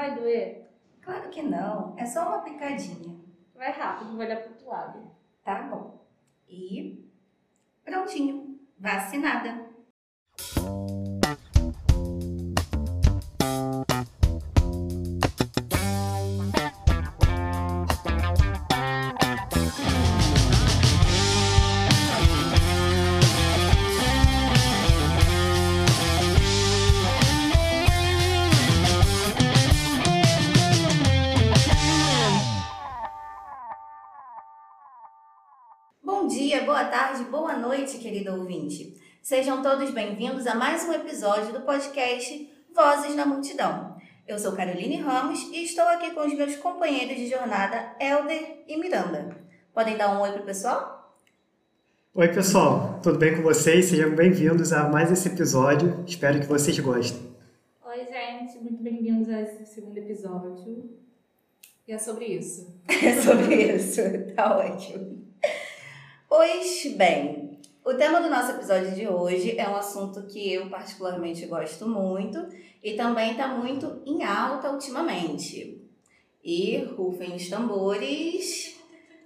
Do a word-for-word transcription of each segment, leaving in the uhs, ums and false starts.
vai doer? Claro que não, é só uma picadinha. Vai rápido, vou olhar pro outro lado. Tá bom. E prontinho, vacinada. Bom dia, boa tarde, boa noite, querido ouvinte. Sejam todos bem-vindos a mais um episódio do podcast Vozes na Multidão. Eu sou Caroline Ramos e estou aqui com os meus companheiros de jornada, Helder e Miranda. Podem dar um oi pro pessoal? Oi, pessoal. Tudo bem com vocês? Sejam bem-vindos a mais esse episódio. Espero que vocês gostem. Oi, gente. Muito bem-vindos a esse segundo episódio. E é sobre isso. É sobre isso. Tá ótimo. Pois bem, o tema do nosso episódio de hoje é um assunto que eu particularmente gosto muito e também está muito em alta ultimamente. E rufem os tambores,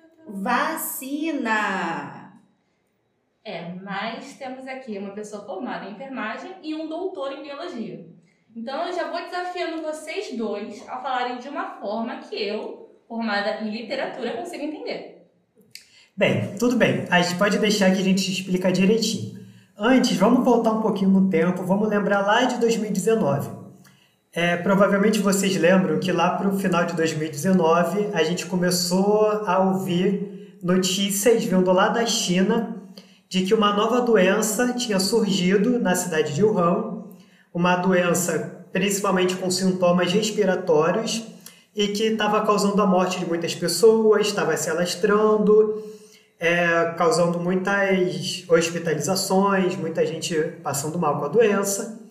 vacina! É, mas temos aqui uma pessoa formada em enfermagem e um doutor em biologia. Então eu já vou desafiando vocês dois a falarem de uma forma que eu, formada em literatura, consigo entender. Bem, tudo bem. A gente pode deixar que a gente explica direitinho. Antes, vamos voltar um pouquinho no tempo, vamos lembrar lá de dois mil e dezenove. É, provavelmente vocês lembram que lá para o final de dois mil e dezenove a gente começou a ouvir notícias vindo lá da China de que uma nova doença tinha surgido na cidade de Wuhan, uma doença principalmente com sintomas respiratórios e que estava causando a morte de muitas pessoas, estava se alastrando, É, causando muitas hospitalizações, muita gente passando mal com a doença.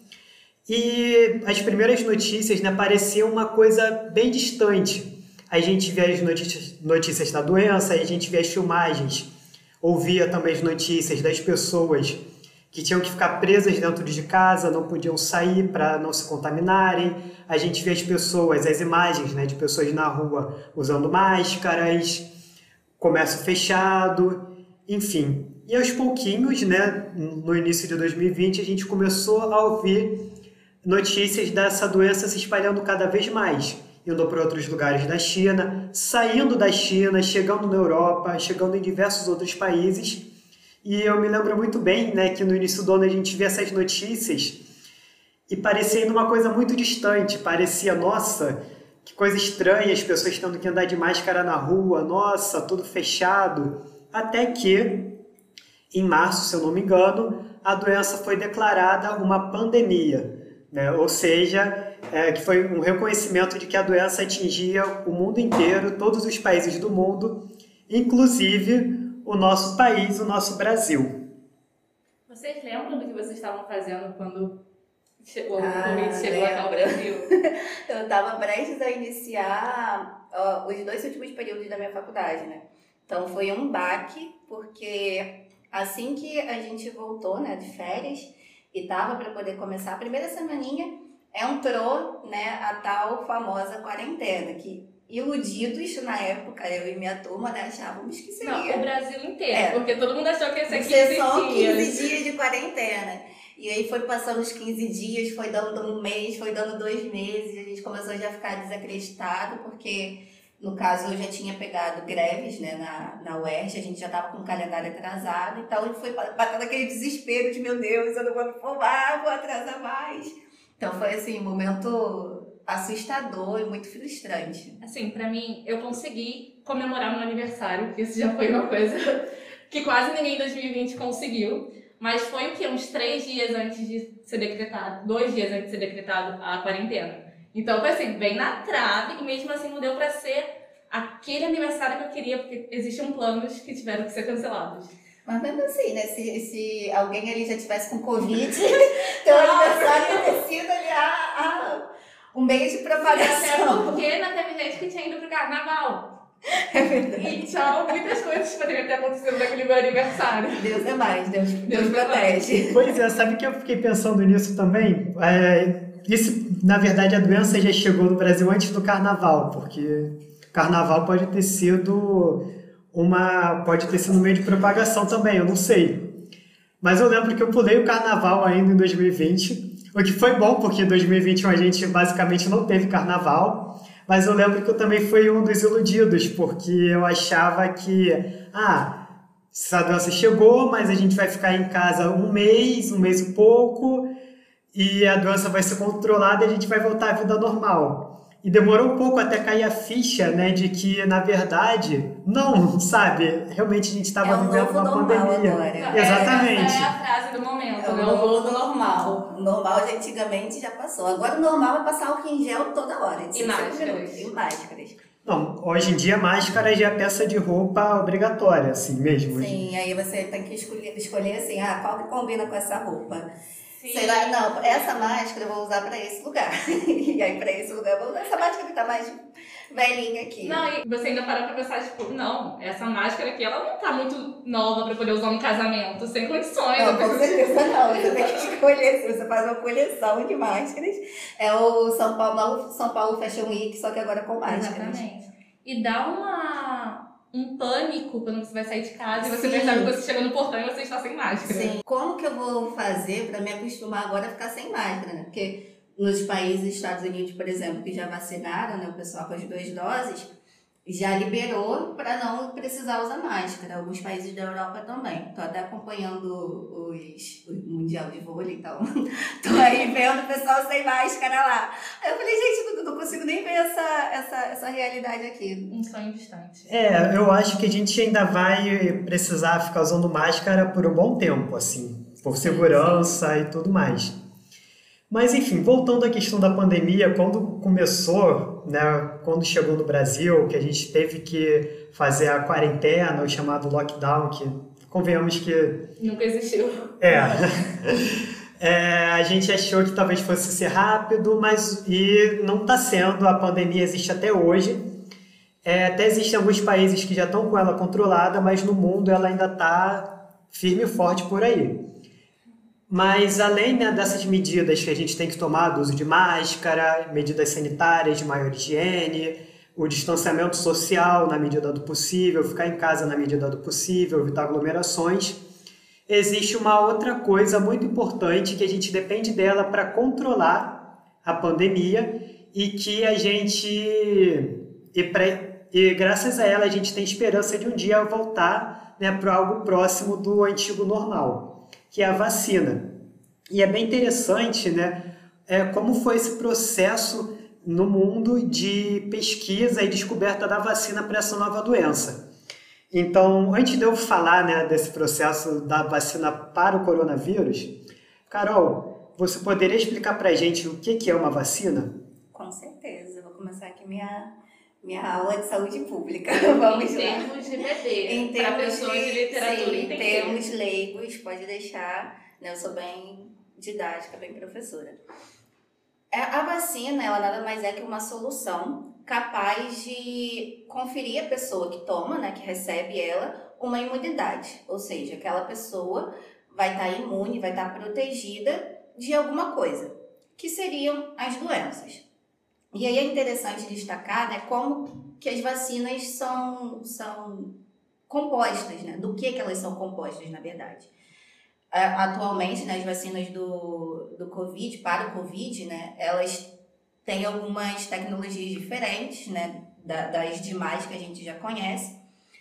E as primeiras notícias, né, pareciam uma coisa bem distante. A gente via as notícias, notícias da doença, a gente via as filmagens, ouvia também as notícias das pessoas que tinham que ficar presas dentro de casa, não podiam sair para não se contaminarem. A gente via as pessoas, as imagens, né, de pessoas na rua usando máscaras, comércio fechado, enfim. E aos pouquinhos, né, no início de dois mil e vinte, a gente começou a ouvir notícias dessa doença se espalhando cada vez mais, indo para outros lugares da China, saindo da China, chegando na Europa, chegando em diversos outros países. E eu me lembro muito bem, né, que no início do ano a gente via essas notícias e parecia uma coisa muito distante, parecia, nossa, que coisa estranha, as pessoas tendo que andar de máscara na rua, nossa, tudo fechado. Até que, em março, se eu não me engano, a doença foi declarada uma pandemia, né? Ou seja, é, que foi um reconhecimento de que a doença atingia o mundo inteiro, todos os países do mundo, inclusive o nosso país, o nosso Brasil. Vocês lembram do que vocês estavam fazendo quando chegou, ah, o Covid chegou aqui ao Brasil? Eu estava prestes a iniciar ó, os dois últimos períodos da minha faculdade, né? Então foi um baque, porque assim que a gente voltou, né, de férias e tava para poder começar a primeira semaninha, entrou, né, a tal famosa quarentena, que iludidos na época, eu e minha turma, né, achávamos que seria. Não, o Brasil inteiro, é, porque todo mundo achou que ia ser quinze só dias. quinze dias de quarentena. E aí foi passando os quinze dias, foi dando um mês, foi dando dois meses, e a gente começou já a ficar desacreditado, porque, no caso, eu já tinha pegado greves, né, na, na U E R J, a gente já estava com o calendário atrasado, então foi batendo aquele desespero de, meu Deus, eu não vou me formar, vou atrasar mais. Então foi, assim, um momento assustador e muito frustrante. Assim, pra mim, eu consegui comemorar meu aniversário, que isso já foi uma coisa que quase ninguém em dois mil e vinte conseguiu. Mas foi o quê? Uns três dias antes de ser decretado, dois dias antes de ser decretado a quarentena. Então foi assim, bem na trave, e mesmo assim não deu pra ser aquele aniversário que eu queria, porque existiam planos que tiveram que ser cancelados. Mas mesmo assim, né? Se, se alguém ali já tivesse com Covid, teu aniversário ia ter sido ali a, a, um meio de propagação. Até porque ainda teve gente que tinha ido pro carnaval. É verdade. Então, muitas coisas poderiam ter acontecido naquele meu aniversário. Deus é mais, Deus, Deus, Deus protege. Pois é, sabe que eu fiquei pensando nisso também? É, isso, na verdade, a doença já chegou no Brasil antes do carnaval, porque o carnaval pode ter sido uma, pode ter sido um meio de propagação também, eu não sei. Mas eu lembro que eu pulei o carnaval ainda em dois mil e vinte, o que foi bom, porque em dois mil e vinte e um a gente basicamente não teve carnaval, mas eu lembro que eu também fui um dos iludidos, porque eu achava que, ah, essa doença chegou, mas a gente vai ficar em casa um mês, um mês e pouco, e a doença vai ser controlada e a gente vai voltar à vida normal. E demorou um pouco até cair a ficha, né, de que, na verdade, não, sabe? Realmente a gente estava É um vivendo uma novo pandemia. normal agora. Exatamente. Essa é a frase do momento, É o né? O novo novo normal. O normal de antigamente já passou. Agora o normal é passar álcool em gel toda hora. de E cinco máscaras. minutos. E máscaras. Não, hoje em dia máscara já é peça de roupa obrigatória, assim mesmo. Sim, aí você tem que escolher, escolher assim, ah, qual que combina com essa roupa? Sim. Sei lá, não, essa máscara eu vou usar pra esse lugar. E aí pra esse lugar eu vou usar essa máscara que tá mais velhinha aqui. Não, e você ainda parou pra pensar, tipo, não, essa máscara aqui, ela não tá muito nova pra poder usar no casamento, sem condições. Não, com certeza não. Você tem que escolher. Se você faz uma coleção de máscaras, é o São Paulo, novo São Paulo Fashion Week, só que agora com máscaras. Exatamente. E dá uma, um pânico quando você vai sair de casa e você Sim. percebe que você chega no portão e você está sem máscara. Sim. Como que eu vou fazer pra me acostumar agora a ficar sem máscara, né? Porque nos países, Estados Unidos, por exemplo, que já vacinaram, né, o pessoal com as duas doses, já liberou para não precisar usar máscara. Alguns países da Europa também. Estou até acompanhando os, o Mundial de Vôlei, então estou aí vendo o pessoal sem máscara lá. Aí eu falei, gente, não, não consigo nem ver essa, essa, essa realidade aqui. Um sonho distante. É, eu acho que a gente ainda vai precisar ficar usando máscara por um bom tempo, assim, por segurança e tudo mais. Mas, enfim, voltando à questão da pandemia, quando começou, né, quando chegou no Brasil, que a gente teve que fazer a quarentena, o chamado lockdown, que convenhamos que... Nunca existiu. É, é a gente achou que talvez fosse ser rápido, mas e não está sendo, a pandemia existe até hoje. É, até existem alguns países que já estão com ela controlada, mas no mundo ela ainda está firme e forte por aí. Mas além, né, dessas medidas que a gente tem que tomar, do uso de máscara, medidas sanitárias de maior higiene, o distanciamento social na medida do possível, ficar em casa na medida do possível, evitar aglomerações, existe uma outra coisa muito importante que a gente depende dela para controlar a pandemia e que a gente, e, pra, e graças a ela, a gente tem esperança de um dia voltar, né, para algo próximo do antigo normal, que é a vacina. E é bem interessante, né, é, como foi esse processo no mundo de pesquisa e descoberta da vacina para essa nova doença. Então, antes de eu falar, né, desse processo da vacina para o coronavírus, Carol, você poderia explicar para a gente o que é uma vacina? Com certeza. Vou começar aqui minha, minha aula de saúde pública. Vamos em lá. termos de bebê, Em para termos pessoas de, de, literatura sim, em entender. termos leigos, pode deixar, né? Eu sou bem didática, bem professora. A vacina, ela nada mais é que uma solução capaz de conferir a pessoa que toma, né, que recebe ela, uma imunidade. Ou seja, aquela pessoa vai estar imune, vai estar protegida de alguma coisa, que seriam as doenças. E aí é interessante destacar, né, como que as vacinas são, são compostas, né, do que, que elas são compostas, na verdade. Atualmente, né, as vacinas do, do Covid, para o Covid, né, elas têm algumas tecnologias diferentes, né, das demais que a gente já conhece,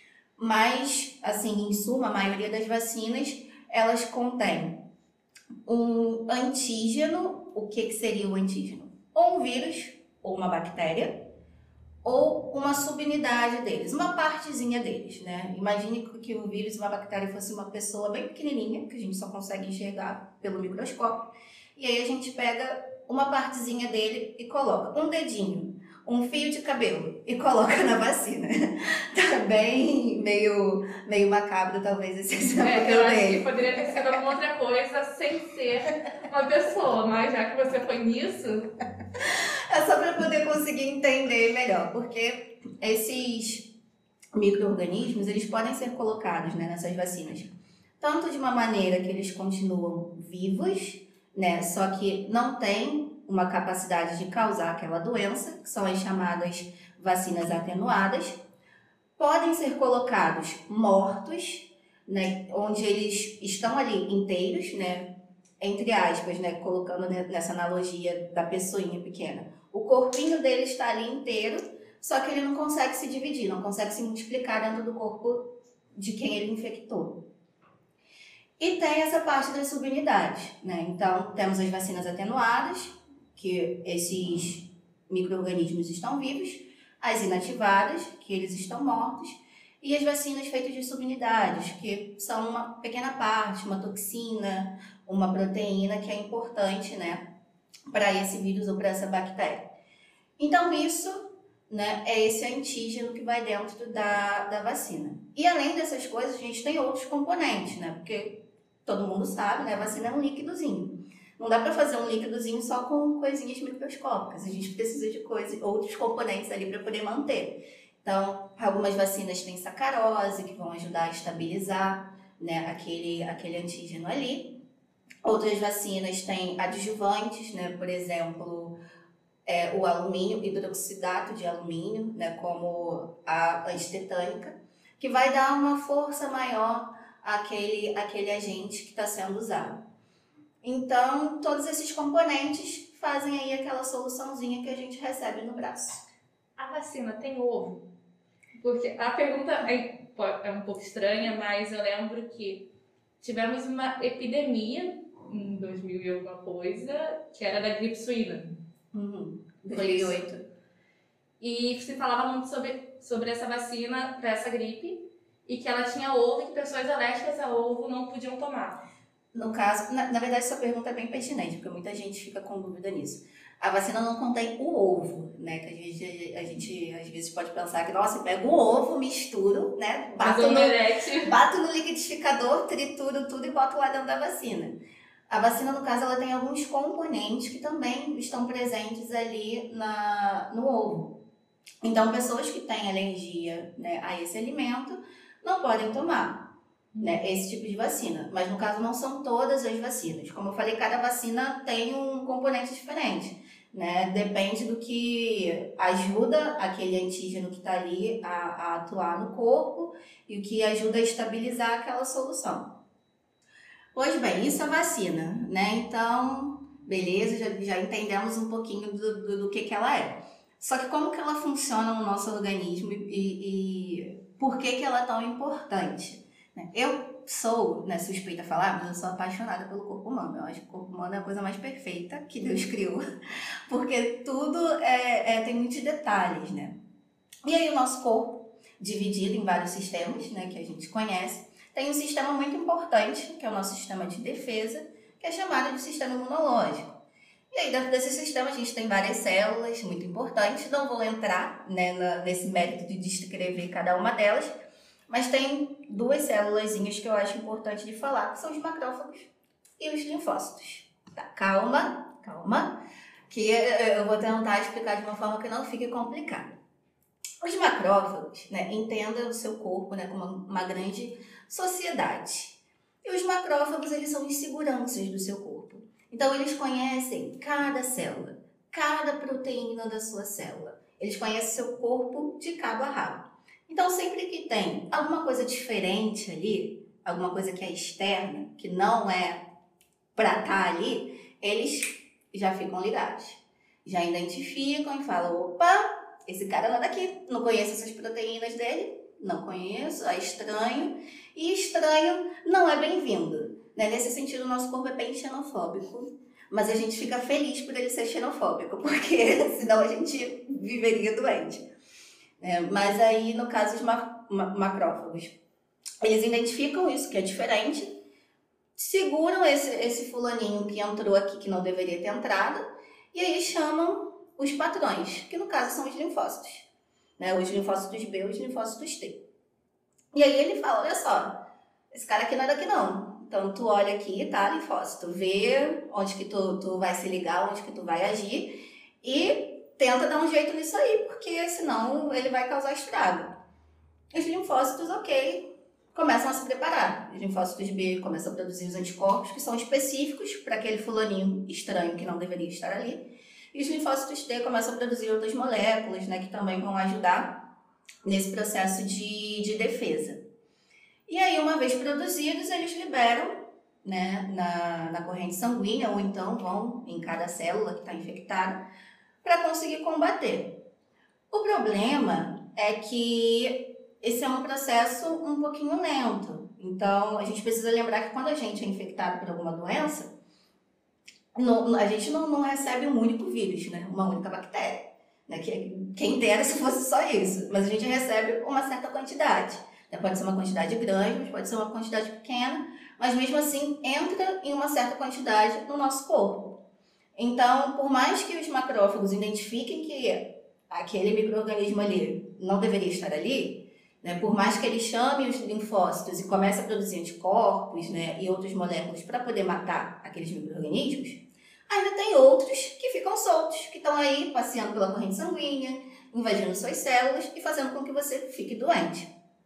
mas, assim, em suma, a maioria das vacinas, elas contêm um antígeno. O que, que seria o antígeno? Ou um vírus, ou uma bactéria, ou uma subunidade deles, uma partezinha deles, né? Imagine que o vírus e uma bactéria fosse uma pessoa bem pequenininha, que a gente só consegue enxergar pelo microscópio, e aí a gente pega uma partezinha dele e coloca um dedinho, um fio de cabelo e coloca na vacina. Tá bem meio, meio macabro, talvez, esse exemplo É, que eu eu acho dei. que poderia ter sido alguma outra coisa sem ser uma pessoa, mas já que você foi nisso... É só para poder conseguir entender melhor, porque esses micro-organismos, eles podem ser colocados, né, nessas vacinas, tanto de uma maneira que eles continuam vivos, né, só que não tem uma capacidade de causar aquela doença, que são as chamadas vacinas atenuadas. Podem ser colocados mortos, né, onde eles estão ali inteiros, né, entre aspas, né, colocando nessa analogia da pessoinha pequena. O corpinho dele está ali inteiro, só que ele não consegue se dividir, não consegue se multiplicar dentro do corpo de quem ele infectou. E tem essa parte das subunidades, né? Então, temos as vacinas atenuadas, que esses micro-organismos estão vivos, as inativadas, que eles estão mortos, e as vacinas feitas de subunidades, que são uma pequena parte, uma toxina, uma proteína que é importante, né, para esse vírus ou para essa bactéria. Então, isso, né, é esse antígeno que vai dentro da, da vacina. E além dessas coisas, a gente tem outros componentes, né, porque todo mundo sabe, né, a vacina é um líquidozinho. Não dá para fazer um líquidozinho só com coisinhas microscópicas, a gente precisa de coisa, outros componentes ali para poder manter. Então, algumas vacinas têm sacarose, que vão ajudar a estabilizar, né, aquele, aquele antígeno ali. Outras vacinas têm adjuvantes, né, por exemplo, é, o alumínio, hidroxidato de alumínio, né, como a antitetânica, que vai dar uma força maior àquele, àquele agente que está sendo usado. Então, todos esses componentes fazem aí aquela soluçãozinha que a gente recebe no braço. A vacina tem ovo? Porque a pergunta é, é um pouco estranha, mas eu lembro que tivemos uma epidemia em dois mil e alguma coisa, que era da gripe suína. Uhum. dois mil e oito. E se falava muito sobre, sobre essa vacina para essa gripe, e que ela tinha ovo e que pessoas alérgicas a ovo não podiam tomar. No caso, na, na verdade, essa pergunta é bem pertinente, porque muita gente fica com dúvida nisso. A vacina não contém o ovo, né? Que a gente, a gente às vezes pode pensar que, nossa, eu pego o ovo, misturo, né? Bato no, bato no liquidificador, trituro tudo e boto lá dentro da vacina. A vacina, no caso, ela tem alguns componentes que também estão presentes ali na, no ovo. Então, pessoas que têm alergia, né, a esse alimento não podem tomar, né, esse tipo de vacina. Mas, no caso, não são todas as vacinas. Como eu falei, cada vacina tem um componente diferente, né? Depende do que ajuda aquele antígeno que está ali a, a atuar no corpo e o que ajuda a estabilizar aquela solução. Pois bem, isso é vacina, né? Então, beleza, já, já entendemos um pouquinho do, do, do que, que ela é. Só que como que ela funciona no nosso organismo e, e por que, que ela é tão importante? Eu sou, né, suspeita a falar, mas eu sou apaixonada pelo corpo humano. Eu acho que o corpo humano é a coisa mais perfeita que Deus criou, porque tudo é, é, tem muitos detalhes, né? E aí o nosso corpo, dividido em vários sistemas, né, que a gente conhece, tem um sistema muito importante, que é o nosso sistema de defesa, que é chamado de sistema imunológico. E aí dentro desse sistema a gente tem várias células muito importantes, não vou entrar, né, na, nesse mérito de descrever cada uma delas, mas tem duas célulazinhas que eu acho importante de falar, que são os macrófagos e os linfócitos. Tá, calma, calma, que eu vou tentar explicar de uma forma que não fique complicada. Os macrófagos, né, entenda o seu corpo, né, como uma grande sociedade. E os macrófagos, eles são as seguranças do seu corpo. Então, eles conhecem cada célula, cada proteína da sua célula. Eles conhecem seu corpo de cabo a rabo. Então, sempre que tem alguma coisa diferente ali, alguma coisa que é externa, que não é para estar ali, eles já ficam ligados. Já identificam e falam, opa, esse cara não é daqui, não conheço essas proteínas dele, não conheço, é estranho. E estranho não é bem-vindo. Né? Nesse sentido, o nosso corpo é bem xenofóbico, mas a gente fica feliz por ele ser xenofóbico, porque senão a gente viveria doente. É, mas aí, no caso dos ma- ma- macrófagos, eles identificam isso, que é diferente, seguram esse, esse fulaninho que entrou aqui, que não deveria ter entrado, e aí chamam os patrões, que no caso são os linfócitos, né? Os linfócitos B e os linfócitos T. E aí ele fala, olha só, esse cara aqui não é daqui não. Então tu olha aqui, tá, linfócito, vê onde que tu, tu vai se ligar, onde que tu vai agir, e tenta dar um jeito nisso aí, porque senão ele vai causar estrago. Os linfócitos, ok, começam a se preparar. Os linfócitos B começam a produzir os anticorpos, que são específicos para aquele fulaninho estranho que não deveria estar ali. E os linfócitos T começam a produzir outras moléculas, né, que também vão ajudar nesse processo de, de defesa. E aí, uma vez produzidos, eles liberam, né, na, na corrente sanguínea, ou então vão em cada célula que está infectada, para conseguir combater. O problema é que esse é um processo um pouquinho lento. Então, a gente precisa lembrar que quando a gente é infectado por alguma doença, não, a gente não, não recebe um único vírus, né? Uma única bactéria. Né? Que, quem dera se fosse só isso. Mas a gente recebe uma certa quantidade. Né? Pode ser uma quantidade grande, mas pode ser uma quantidade pequena. Mas mesmo assim, entra em uma certa quantidade no nosso corpo. Então, por mais que os macrófagos identifiquem que aquele micro-organismo ali não deveria estar ali, né? Por mais que ele chame os linfócitos e comece a produzir anticorpos, né? E outras moléculas para poder matar aqueles micro-organismos, ainda tem outros que ficam soltos, que estão aí passeando pela corrente sanguínea, invadindo suas células e fazendo com que você fique doente.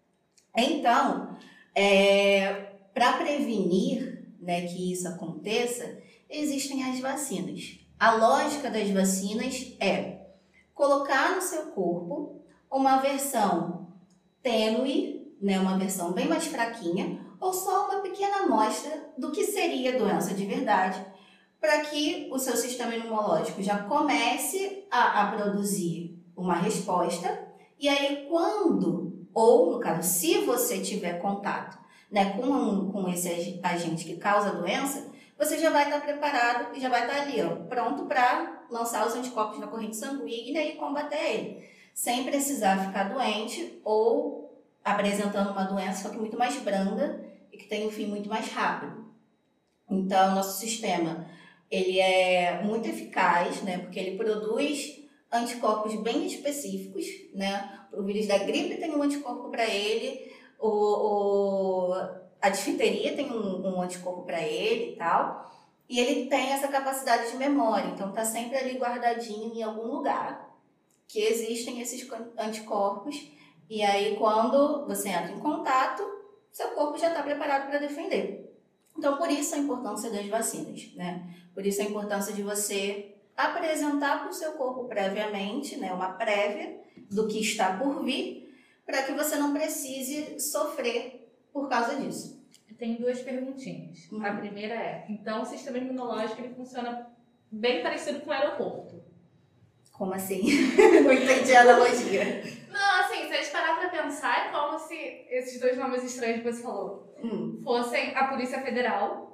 Então, é, para prevenir, né, que isso aconteça, existem as vacinas. A lógica das vacinas é colocar no seu corpo uma versão tênue, né, uma versão bem mais fraquinha, ou só uma pequena amostra do que seria a doença de verdade, para que o seu sistema imunológico já comece a, a produzir uma resposta, e aí quando, ou no caso, se você tiver contato, né, com, com esse agente que causa a doença, você já vai estar preparado e já vai estar ali, ó, pronto para lançar os anticorpos na corrente sanguínea e combater ele, sem precisar ficar doente ou apresentando uma doença só que muito mais branda e que tem um fim muito mais rápido. Então, nosso sistema ele é muito eficaz, né, porque ele produz anticorpos bem específicos, né? O vírus da gripe tem um anticorpo para ele, o, o, a difteria tem um, um anticorpo para ele e tal, e ele tem essa capacidade de memória, então está sempre ali guardadinho em algum lugar que existem esses anticorpos, e aí quando você entra em contato, seu corpo já está preparado para defender. Então, por isso a importância das vacinas, né? Por isso a importância de você apresentar para o seu corpo previamente, né, uma prévia do que está por vir, para que você não precise sofrer por causa disso. Eu tenho duas perguntinhas. Uhum. A primeira é, então o sistema imunológico ele funciona bem parecido com o aeroporto? Como assim? Não entendi a analogia. Não, assim, se a gente parar para pensar, é como se esses dois nomes estranhos que você falou hum. fossem a Polícia Federal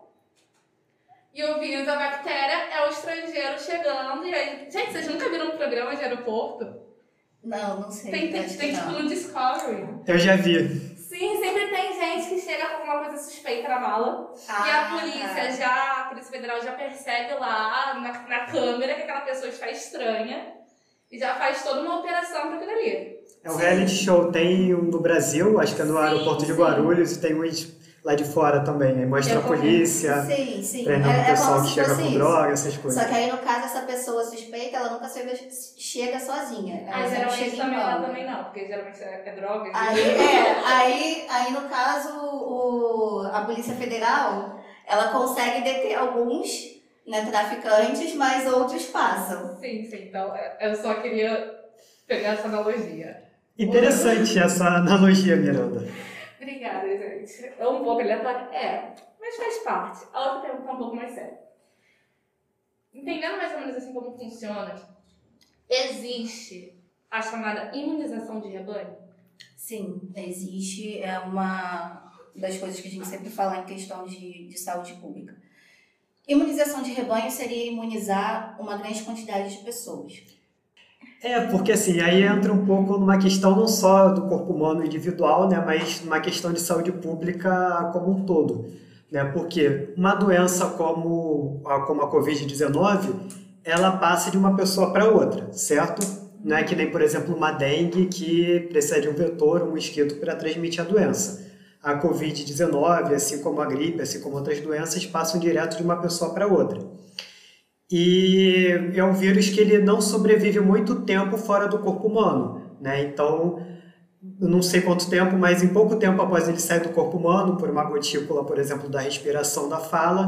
e o vírus da bactéria é o estrangeiro chegando e aí... Gente, vocês nunca viram um programa de aeroporto? Não, não sei. Tem, tem, tem tipo no Discovery. Eu já vi. Sim, sempre tem gente que chega com alguma coisa suspeita na mala ah, e a polícia tá. já, a Polícia Federal já percebe lá na, na câmera que aquela pessoa está estranha e já faz toda uma operação para aquilo ali. É um reality show, tem um no Brasil, acho que é no sim, aeroporto de Guarulhos, sim. E tem uns lá de fora também, aí mostra eu a polícia, sim, sim. prendendo é, o pessoal é que chega com isso. droga, essas coisas. Só que aí, no caso, essa pessoa suspeita, ela nunca chega, chega sozinha. Ela ah, geralmente chega também lá também não, porque geralmente é, é droga. Aí, é, aí, aí, no caso, o, a Polícia Federal, ela consegue deter alguns, né, traficantes, mas outros passam. Sim, sim. Então, eu só queria pegar essa analogia. Interessante essa analogia, Miranda. Obrigada, gente. É um pouco aleatório? É, mas faz parte. A outra pergunta é um pouco mais séria. Entendendo mais ou menos assim como funciona, existe a chamada imunização de rebanho? Sim, existe. É uma das coisas que a gente sempre fala em questão de, de saúde pública. Imunização de rebanho seria imunizar uma grande quantidade de pessoas. É, porque assim, aí entra um pouco numa questão não só do corpo humano individual, né, mas numa questão de saúde pública como um todo, né, porque uma doença como a, como a covid dezenove, ela passa de uma pessoa para outra, certo? Não é que nem, por exemplo, uma dengue que precisa de um vetor, um mosquito para transmitir a doença. A covid dezenove, assim como a gripe, assim como outras doenças, passam direto de uma pessoa para outra. E é um vírus que ele não sobrevive muito tempo fora do corpo humano, né? Então, eu não sei quanto tempo, mas em pouco tempo após ele sair do corpo humano, por uma gotícula, por exemplo, da respiração da fala,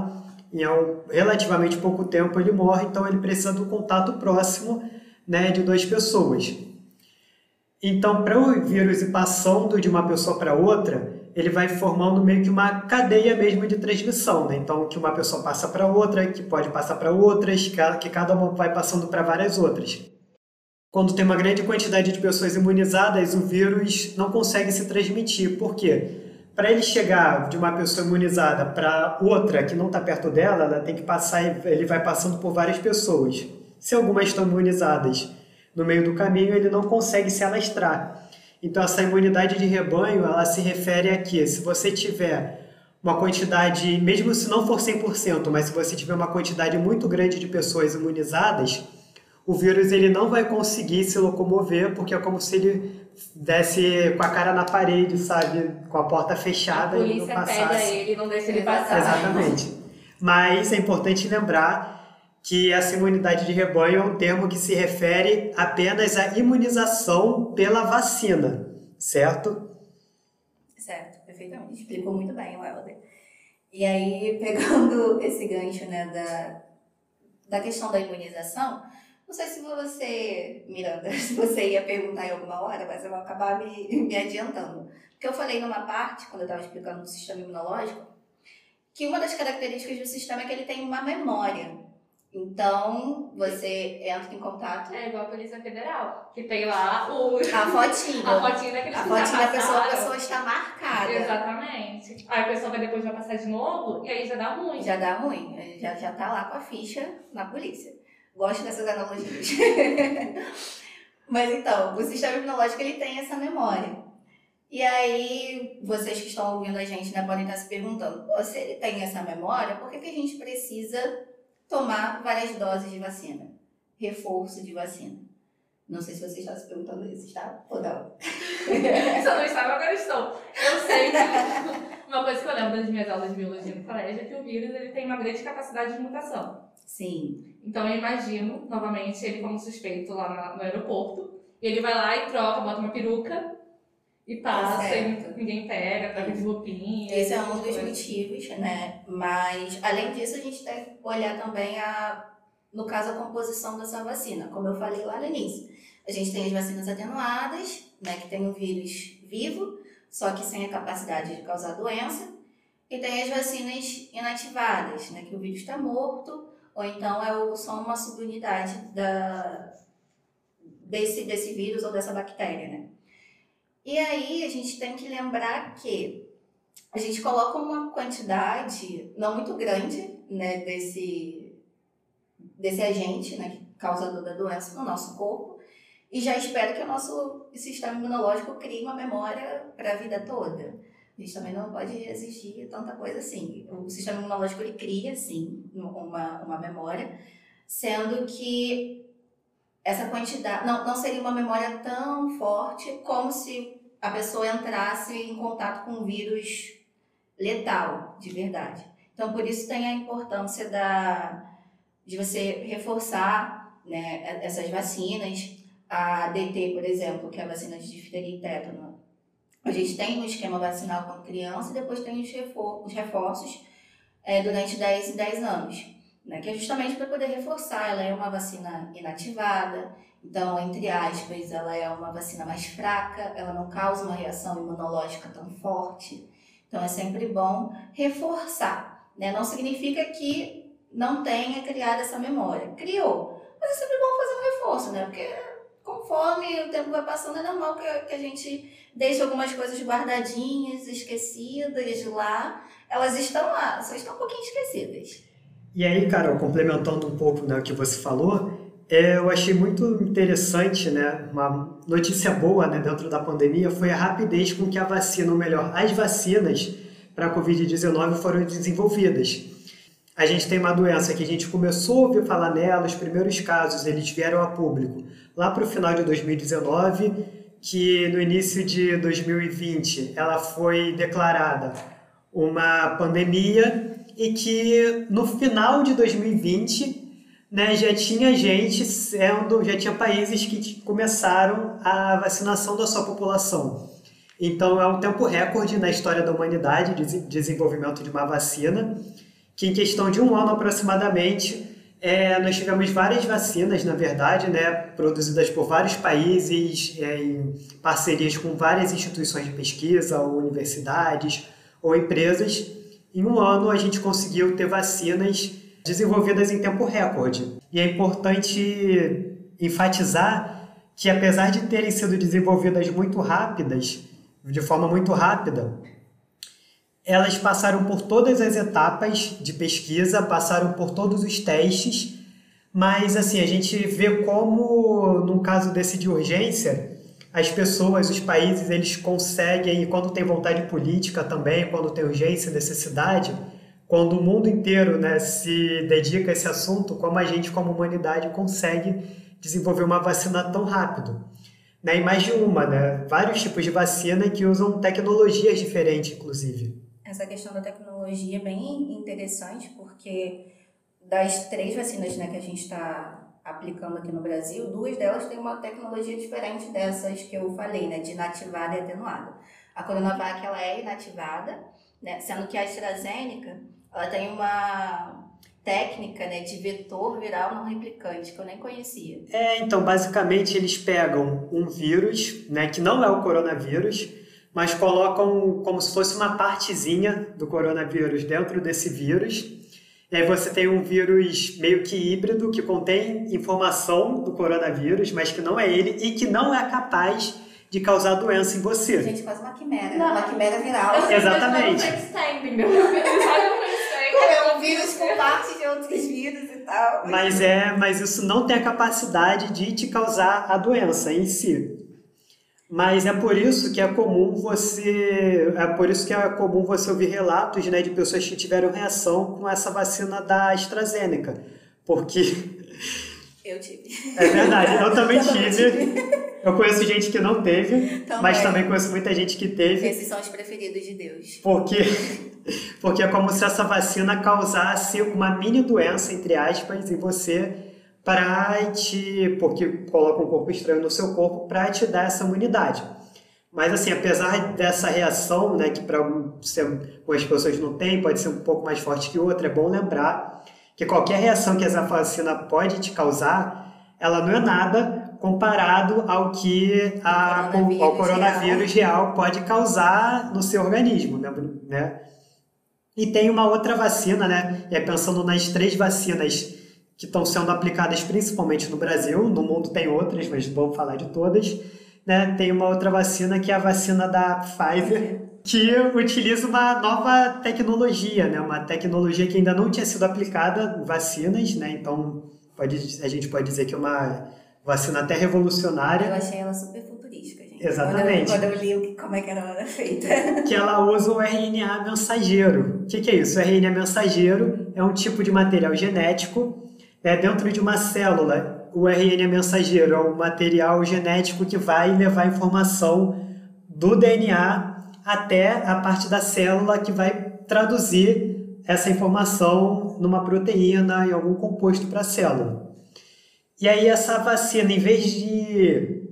em um, relativamente pouco tempo ele morre, então ele precisa do contato próximo, né, de duas pessoas. Então, para o vírus ir passando de uma pessoa para outra, ele vai formando meio que uma cadeia mesmo de transmissão, né? Então, que uma pessoa passa para outra, que pode passar para outras, que cada uma vai passando para várias outras. Quando tem uma grande quantidade de pessoas imunizadas, o vírus não consegue se transmitir. Por quê? Para ele chegar de uma pessoa imunizada para outra que não está perto dela, ela tem que passar, ele vai passando por várias pessoas. Se algumas estão imunizadas no meio do caminho, ele não consegue se alastrar. Então, essa imunidade de rebanho, ela se refere a que, se você tiver uma quantidade, mesmo se não for cem por cento, mas se você tiver uma quantidade muito grande de pessoas imunizadas, o vírus ele não vai conseguir se locomover, porque é como se ele desse com a cara na parede, sabe? Com a porta fechada a e não passasse. polícia pega ele e não deixa ele passar. Exatamente. Mas é importante lembrar que essa imunidade de rebanho é um termo que se refere apenas à imunização pela vacina, certo? Certo, perfeitamente. Explicou muito bem o Helder. E aí, pegando esse gancho, né, da, da questão da imunização, não sei se você, Miranda, se você ia perguntar em alguma hora, mas eu vou acabar me, me adiantando. Porque eu falei numa parte, quando eu estava explicando o sistema imunológico, que uma das características do sistema é que ele tem uma memória. Então, você entra em contato... É igual a Polícia Federal, que tem lá o... A fotinha. A fotinha daqueles A que fotinha já da pessoa, a passaram. pessoa está marcada. Exatamente. Aí a pessoa vai depois vai passar de novo, e aí já dá ruim. Já dá ruim, já, já tá lá com a ficha na polícia. Gosto dessas analogias. Mas então, o sistema imunológico ele tem essa memória. E aí, vocês que estão ouvindo a gente, né, podem estar se perguntando, pô, se ele tem essa memória, por que, que a gente precisa tomar várias doses de vacina? Reforço de vacina. Não sei se você está se perguntando isso, está? Ou não? Se eu não estava, agora estou. Eu sei que uma coisa que eu lembro das minhas aulas de biologia no colégio é que o vírus ele tem uma grande capacidade de mutação. Sim. Então eu imagino, novamente, ele como suspeito lá na, no aeroporto, e ele vai lá e troca, bota uma peruca e passa, Certo. e ninguém pega, troca de roupinha. Esse é um dos coisas. motivos, né? Mas, além disso, a gente tem que olhar também, a, no caso, a composição dessa vacina. Como eu falei lá no início, a gente tem as vacinas atenuadas, né, que tem o vírus vivo, só que sem a capacidade de causar doença. E tem as vacinas inativadas, né, que o vírus está morto, ou então é o, só uma subunidade da, desse, desse vírus ou dessa bactéria, né? E aí a gente tem que lembrar que a gente coloca uma quantidade não muito grande, né, desse, desse agente, né, causador da doença no nosso corpo e já espera que o nosso sistema imunológico crie uma memória para a vida toda. A gente também não pode exigir tanta coisa assim. O sistema imunológico ele cria, sim, uma, uma memória, sendo que essa quantidade não, não seria uma memória tão forte como se a pessoa entrasse em contato com um vírus letal, de verdade. Então, por isso tem a importância da, de você reforçar, né, essas vacinas. A D T, por exemplo, que é a vacina de difteria e tétano. A gente tem um esquema vacinal quando criança e depois tem os, refor os reforços é, durante dez e dez anos. Né, que é justamente para poder reforçar. Ela é uma vacina inativada, então, entre aspas, ela é uma vacina mais fraca, ela não causa uma reação imunológica tão forte. Então, é sempre bom reforçar. Né? Não significa que não tenha criado essa memória. Criou, mas é sempre bom fazer um reforço, né? Porque conforme o tempo vai passando, é normal que, que a gente deixe algumas coisas guardadinhas, esquecidas lá. Elas estão lá, só estão um pouquinho esquecidas. E aí, Carol, complementando um pouco, né, o que você falou, é, eu achei muito interessante, né, uma notícia boa, né, dentro da pandemia foi a rapidez com que a vacina, ou melhor, as vacinas para a covid dezenove foram desenvolvidas. A gente tem uma doença que a gente começou a ouvir falar nela, os primeiros casos eles vieram a público lá para o final de dois mil e dezenove, que no início de dois mil e vinte ela foi declarada uma pandemia e que no final de dois mil e vinte, né, já tinha gente sendo, já tinha países que começaram a vacinação da sua população. Então é um tempo recorde na história da humanidade de desenvolvimento de uma vacina, que em questão de um ano aproximadamente, é, nós tivemos várias vacinas, na verdade, né, produzidas por vários países, é, em parcerias com várias instituições de pesquisa, ou universidades, ou empresas. Em um ano, a gente conseguiu ter vacinas desenvolvidas em tempo recorde. E é importante enfatizar que, apesar de terem sido desenvolvidas muito rápidas, de forma muito rápida, elas passaram por todas as etapas de pesquisa, passaram por todos os testes, mas assim, a gente vê como, num caso desse de urgência, as pessoas, os países, eles conseguem, e quando tem vontade política também, quando tem urgência, necessidade, quando o mundo inteiro, né, se dedica a esse assunto, como a gente, como humanidade, consegue desenvolver uma vacina tão rápido. Né? E mais de uma, né? Vários tipos de vacina que usam tecnologias diferentes, inclusive. Essa questão da tecnologia é bem interessante, porque das três vacinas, né, que a gente está aplicando aqui no Brasil, duas delas têm uma tecnologia diferente dessas que eu falei, né, de inativada e atenuada. A Coronavac, ela é inativada, né, sendo que a AstraZeneca, ela tem uma técnica, né, de vetor viral não replicante, que eu nem conhecia. É, então, basicamente, eles pegam um vírus, né, que não é o coronavírus, mas colocam como se fosse uma partezinha do coronavírus dentro desse vírus. E aí você tem um vírus meio que híbrido, que contém informação do coronavírus, mas que não é ele e que não é capaz de causar doença em você. Gente, quase uma quimera, Não. uma quimera viral. Exatamente. É um vírus com parte de outros vírus e tal. Mas, é, mas isso não tem a capacidade de te causar a doença em si. Mas é por isso que é comum você, é por isso que é comum você ouvir relatos, né, de pessoas que tiveram reação com essa vacina da AstraZeneca, porque eu tive. É verdade, eu também tive. Eu conheço gente que não teve, também. Mas também conheço muita gente que teve. Esses são os preferidos de Deus. Porque porque é como se essa vacina causasse uma mini doença, entre aspas, em você, para te, porque coloca um corpo estranho no seu corpo para te dar essa imunidade. Mas assim, apesar dessa reação, né, que para algumas pessoas não tem, pode ser um pouco mais forte que outra, é bom lembrar que qualquer reação que essa vacina pode te causar, ela não é nada comparado ao que a, coronavírus ao coronavírus real. real pode causar no seu organismo, né? E tem uma outra vacina, né? E aí, pensando nas três vacinas que estão sendo aplicadas principalmente no Brasil, no mundo tem outras, mas vamos falar de todas, né? Tem uma outra vacina que é a vacina da Pfizer, que utiliza uma nova tecnologia, né? Uma tecnologia que ainda não tinha sido aplicada em vacinas, né? Então pode, a gente pode dizer que é uma vacina até revolucionária. Eu achei ela super futurística, gente. Exatamente. Quando eu, quando eu li como é que ela era feita. Que ela usa o R N A mensageiro. O que, que é isso? O R N A mensageiro é um tipo de material genético, né, dentro de uma célula. O R N A mensageiro é um material genético que vai levar a informação do D N A até a parte da célula que vai traduzir essa informação numa proteína, em algum composto para a célula. E aí essa vacina, em vez de,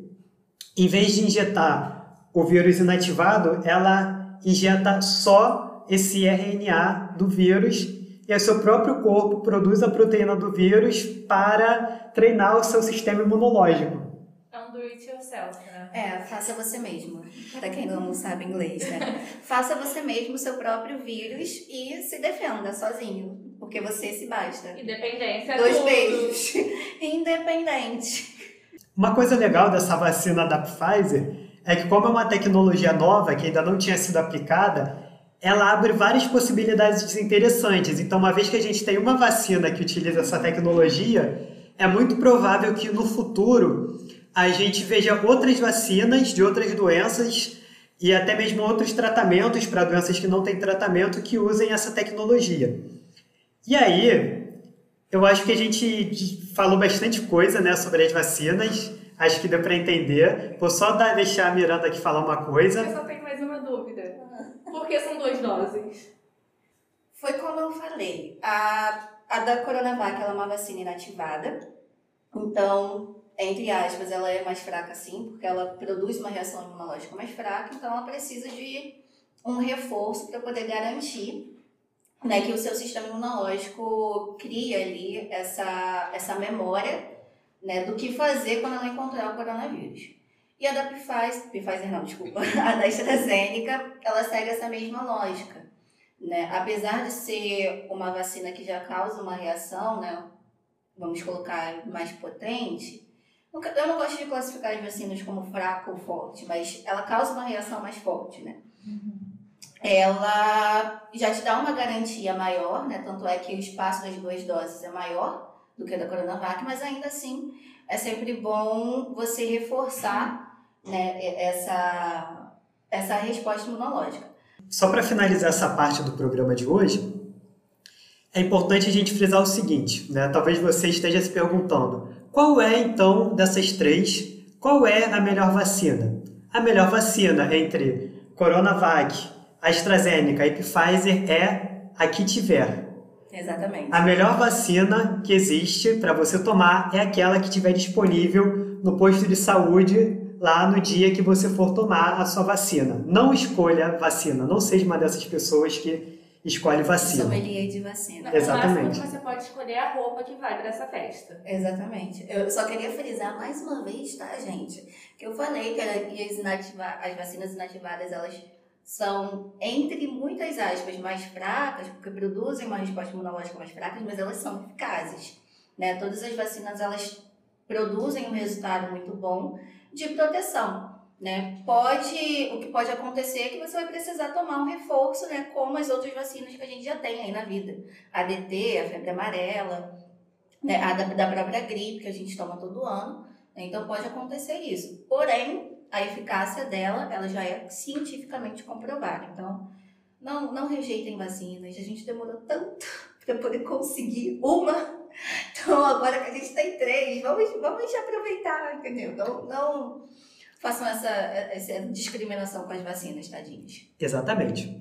em vez de injetar o vírus inativado, ela injeta só esse R N A do vírus e o seu próprio corpo produz a proteína do vírus para treinar o seu sistema imunológico. É um do it yourself, né? É, faça você mesmo. Para quem não sabe inglês, né? Faça você mesmo o seu próprio vírus e se defenda sozinho, porque você se basta. Independência. Dois tudo. beijos. Independente. Uma coisa legal dessa vacina da Pfizer é que, como é uma tecnologia nova que ainda não tinha sido aplicada, ela abre várias possibilidades interessantes. Então, uma vez que a gente tem uma vacina que utiliza essa tecnologia, é muito provável que no futuro a gente veja outras vacinas de outras doenças e até mesmo outros tratamentos para doenças que não têm tratamento que usem essa tecnologia. E aí, eu acho que a gente falou bastante coisa, né, sobre as vacinas. Acho que deu para entender. Vou só dar, deixar a Miranda aqui falar uma coisa. Eu só tenho mais uma dúvida. Por que são duas doses? Foi como eu falei. A, a da Coronavac ela é uma vacina inativada. Então, entre aspas, ela é mais fraca sim, porque ela produz uma reação imunológica mais fraca. Então, ela precisa de um reforço para poder garantir né, que o seu sistema imunológico cria ali essa, essa memória, né, do que fazer quando ela encontrar o coronavírus. E a da Pfizer, Pfizer não, desculpa, a da AstraZeneca, ela segue essa mesma lógica, né? Apesar de ser uma vacina que já causa uma reação, né, vamos colocar mais potente, eu não gosto de classificar as vacinas como fraca ou forte, mas ela causa uma reação mais forte, né? Uhum. Ela já te dá uma garantia maior, né? Tanto é que o espaço das duas doses é maior do que a da Coronavac, mas ainda assim é sempre bom você reforçar, né, essa, essa resposta imunológica. Só para finalizar essa parte do programa de hoje, é importante a gente frisar o seguinte, né? Talvez você esteja se perguntando, qual é então dessas três, qual é a melhor vacina? A melhor vacina entre Coronavac, AstraZeneca e Pfizer é a que tiver. Exatamente. A melhor vacina que existe para você tomar é aquela que tiver disponível no posto de saúde lá no dia que você for tomar a sua vacina. Não escolha vacina, não seja uma dessas pessoas que escolhe vacina. Sommelier de vacina. Exatamente. No máximo você pode escolher a roupa que vai para essa festa. Exatamente. Eu só queria frisar mais uma vez, tá, gente? Que eu falei que as, inativa... as vacinas inativadas, elas são, entre muitas aspas, mais fracas, porque produzem uma resposta imunológica mais fraca, mas elas são eficazes, né? Todas as vacinas, elas produzem um resultado muito bom de proteção, né? Pode, o que pode acontecer é que você vai precisar tomar um reforço, né? Como as outras vacinas que a gente já tem aí na vida. A D T, a febre amarela, né? A da, da própria gripe, que a gente toma todo ano, né? Então pode acontecer isso. Porém, a eficácia dela, ela já é cientificamente comprovada. Então, não, não rejeitem vacinas. A gente demorou tanto para poder conseguir uma. Então, agora que a gente tem três, vamos, vamos aproveitar, entendeu? Não, não façam essa, essa discriminação com as vacinas, tadinhos. Exatamente.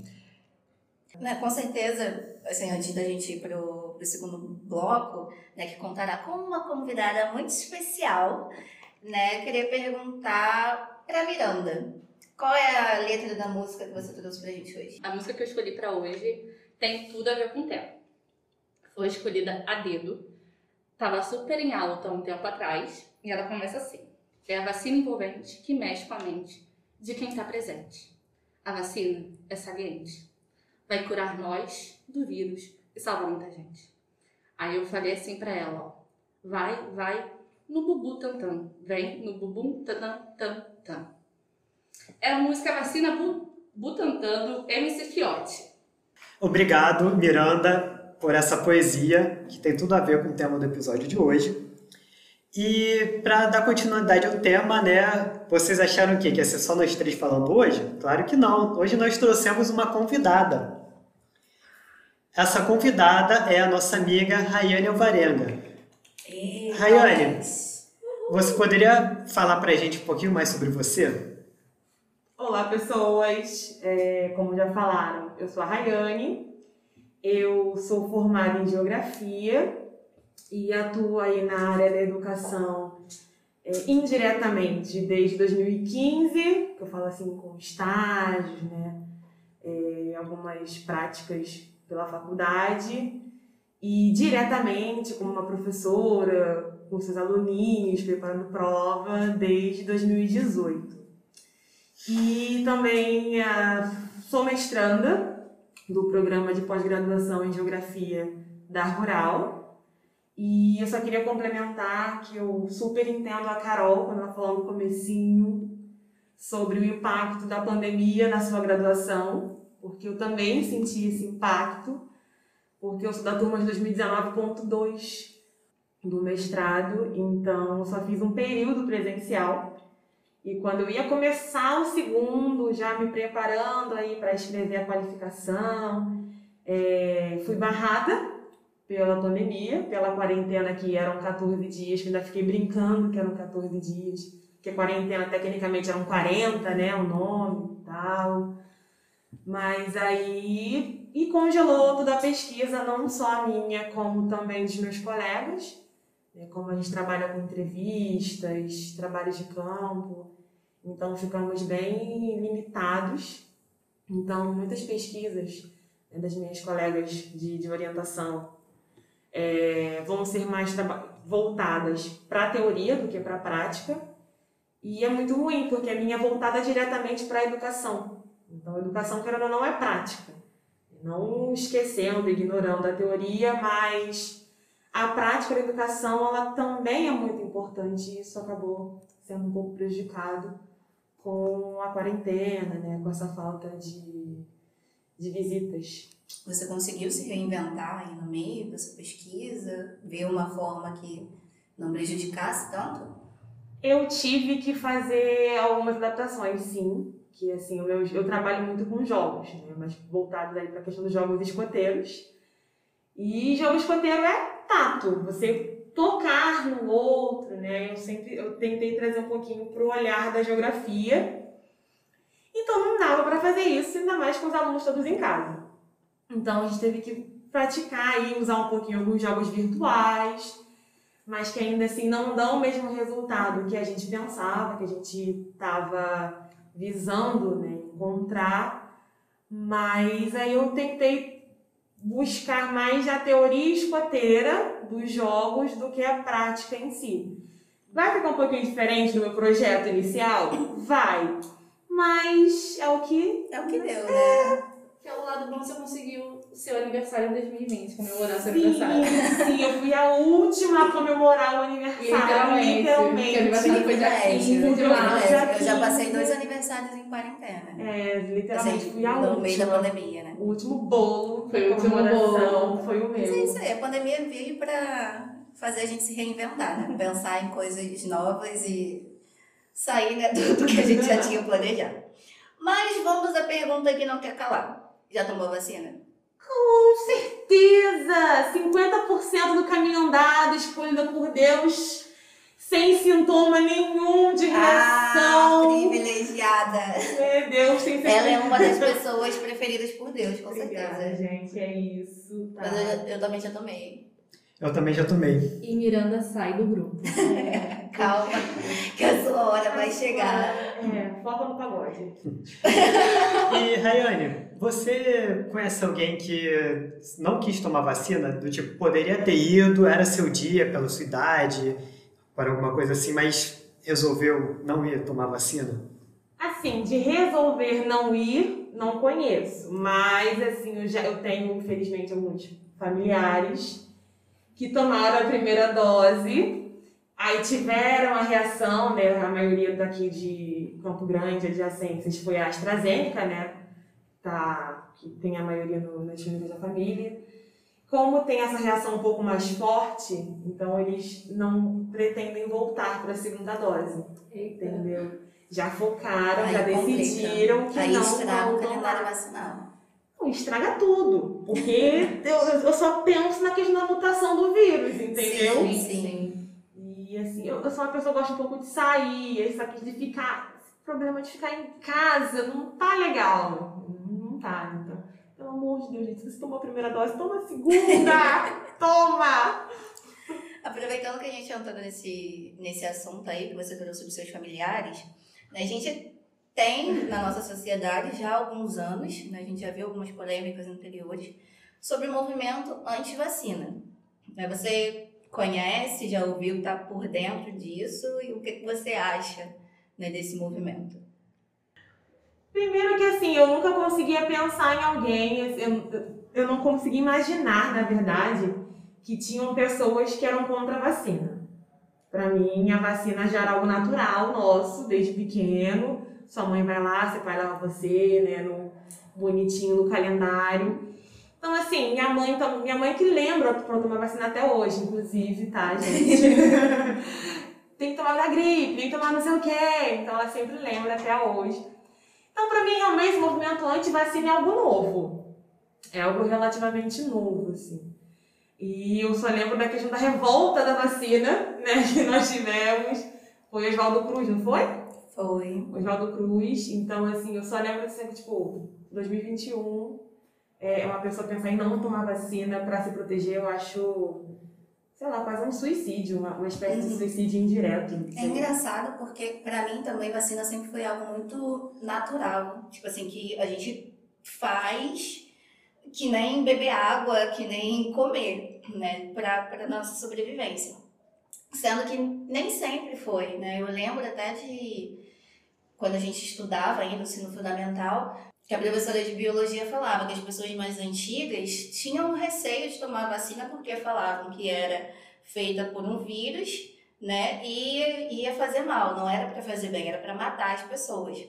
Né, com certeza, assim, antes da gente ir para o segundo bloco, né, que contará com uma convidada muito especial, né, queria perguntar para Miranda, qual é a letra da música que você trouxe pra gente hoje? A música que eu escolhi para hoje tem tudo a ver com o tempo. Foi escolhida a dedo, estava super em alta um tempo atrás, e ela começa assim. É a vacina envolvente que mexe com a mente de quem está presente. A vacina é saliente. Vai curar nós do vírus e salvar muita gente. Aí eu falei assim para ela, ó. Vai, vai no bubu tantam. Vem no bubu tantam, tam, tam. É a música Vacina Bu, Butantan do M C Fiote. Obrigado, Miranda, por essa poesia, que tem tudo a ver com o tema do episódio de hoje. E para dar continuidade ao tema, né, vocês acharam o quê? Que ia ser só nós três falando hoje? Claro que não. Hoje nós trouxemos uma convidada. Essa convidada é a nossa amiga Rayane Alvarenga. E... Rayane, você poderia falar para a gente um pouquinho mais sobre você? Olá, pessoas. É, como já falaram, eu sou a Rayane. Eu sou formada em Geografia e atuo aí na área da educação é, indiretamente desde dois mil e quinze, que eu falo assim com estágios, né, é, algumas práticas pela faculdade, e diretamente como uma professora, com seus aluninhos, preparando prova desde dois mil e dezoito. E também uh, sou mestranda do programa de pós-graduação em Geografia da Rural. E eu só queria complementar que eu super entendo a Carol quando ela falou no comecinho sobre o impacto da pandemia na sua graduação, porque eu também senti esse impacto, porque eu sou da turma de dois mil e dezenove ponto dois do mestrado, então eu só fiz um período presencial. E quando eu ia começar o segundo, já me preparando aí para escrever a qualificação, é, fui barrada pela pandemia, pela quarentena, que eram quatorze dias, que ainda fiquei brincando que eram quatorze dias, porque quarentena tecnicamente eram quarenta, né, o nome e tal. Mas aí, e congelou toda a pesquisa, não só a minha, como também dos meus colegas, né, como a gente trabalha com entrevistas, trabalhos de campo, então ficamos bem limitados. Então, muitas pesquisas né, das minhas colegas de, de orientação é, vão ser mais voltadas para a teoria do que para a prática. E é muito ruim, porque a minha é voltada diretamente para a educação. Então, a educação, querendo ou não, é prática. Não esquecendo, ignorando a teoria, mas a prática da educação ela também é muito importante e isso acabou sendo um pouco prejudicado com a quarentena, né? Com essa falta de, de visitas. Você conseguiu se reinventar aí no meio dessa pesquisa? Ver uma forma que não prejudicasse tanto? Eu tive que fazer algumas adaptações, sim. Que assim, eu, eu trabalho muito com jogos, né? Mas voltado para a questão dos jogos escoteiros. E jogo escoteiro é tato, você tocar no outro, né? Eu sempre eu tentei trazer um pouquinho para o olhar da geografia. Então não dava para fazer isso, ainda mais com os alunos todos em casa. Então a gente teve que praticar e usar um pouquinho alguns jogos virtuais, mas que ainda assim não dão o mesmo resultado que a gente pensava, que a gente estava visando, né, encontrar. Mas aí eu tentei buscar mais a teoria escoteira dos jogos do que a prática em si. Vai ficar um pouquinho diferente do meu projeto inicial? Vai. Mas é o que... É o que deu, né? Pelo lado bom, você conseguiu o seu aniversário em dois mil e vinte, comemorar seu Sim, aniversário. sim, eu fui a última a comemorar o aniversário, Literalmente. literalmente. Porque o aniversário foi dia quinze de março. Eu já passei dois aniversários em quarentena. É, literalmente Assim, fui a no última. meio da pandemia, né? O último bolo, Foi o último comemoração, bolo. foi o Mas é meu. isso aí, a pandemia veio pra fazer a gente se reinventar, né? Pensar em coisas novas e sair, né, do, do que a gente já tinha planejado. Mas vamos à pergunta que não quer calar. Já tomou vacina? Com certeza! cinquenta por cento do caminho andado, escolhida por Deus, sem sintoma nenhum de reação. Ah, privilegiada. Meu Deus, tem certeza. Ela é uma das pessoas preferidas por Deus, com Obrigada, certeza. gente, é isso. Tá. Mas eu, eu também já tomei. Eu também já tomei. E Miranda sai do grupo. Calma, que a sua hora vai chegar. É, foca no pagode. E, Rayane, você conhece alguém que não quis tomar vacina? Do tipo, poderia ter ido, era seu dia, pela sua idade, para alguma coisa assim, mas resolveu não ir tomar vacina? Assim, de resolver não ir, não conheço. Mas, assim, eu, já, eu tenho, infelizmente, alguns familiares que tomaram a primeira dose, aí tiveram a reação, né? A maioria daqui de Campo Grande, adjacências, foi a AstraZeneca, né? Tá, que tem a maioria no, nas famílias da família. Como tem essa reação um pouco mais forte, então eles não pretendem voltar para a segunda dose. Eita. Entendeu? Já focaram, Aí já complica. decidiram que Aí não estraga vão o calendário tomar. vacinal. Não, estraga tudo, porque eu, eu só penso na questão da mutação do vírus, entendeu? Sim, Sim. E assim, eu, eu sou uma pessoa que gosta um pouco de sair, esse aqui de ficar, esse problema de ficar em casa não tá legal, não, não tá, então, pelo amor de Deus, gente, se você tomou a primeira dose, toma a segunda, toma! Aproveitando que a gente entrou nesse, nesse assunto aí que você trouxe dos seus familiares, né, a gente tem na nossa sociedade já há alguns anos, né, a gente já viu algumas polêmicas anteriores, sobre o movimento anti-vacina. Né, você conhece, já ouviu, está por dentro disso, e o que, que você acha, né, desse movimento? Primeiro que assim, eu nunca conseguia pensar em alguém, eu, eu não conseguia imaginar, na verdade, que tinham pessoas que eram contra a vacina. Para mim, a vacina já era algo natural nosso, desde pequeno. Sua mãe vai lá, seu pai leva você, né, no, bonitinho no calendário. Então, assim, minha mãe, minha mãe que lembra para tomar vacina até hoje, inclusive, tá, gente? Tem que tomar da gripe, tem que tomar não sei o quê. Então, ela sempre lembra até hoje. Então, para mim, realmente, o movimento anti-vacina é algo novo. É algo relativamente novo, assim. E eu só lembro da questão da revolta da vacina, né, que nós tivemos. Foi Oswaldo Cruz, não foi? Foi. Oswaldo Cruz. Então, assim, eu só lembro assim, tipo, dois mil e vinte e um, é uma pessoa pensar em não tomar vacina para se proteger, eu acho, sei lá, quase um suicídio, uma, uma espécie Uhum. de suicídio indireto. É engraçado porque, pra mim, também, vacina sempre foi algo muito natural. Tipo assim, que a gente faz que nem beber água, que nem comer, né, para a nossa sobrevivência. Sendo que nem sempre foi, né? Eu lembro até de quando a gente estudava ainda no ensino fundamental, que a professora de biologia falava que as pessoas mais antigas tinham receio de tomar vacina porque falavam que era feita por um vírus, né, e ia fazer mal, não era para fazer bem, era para matar as pessoas.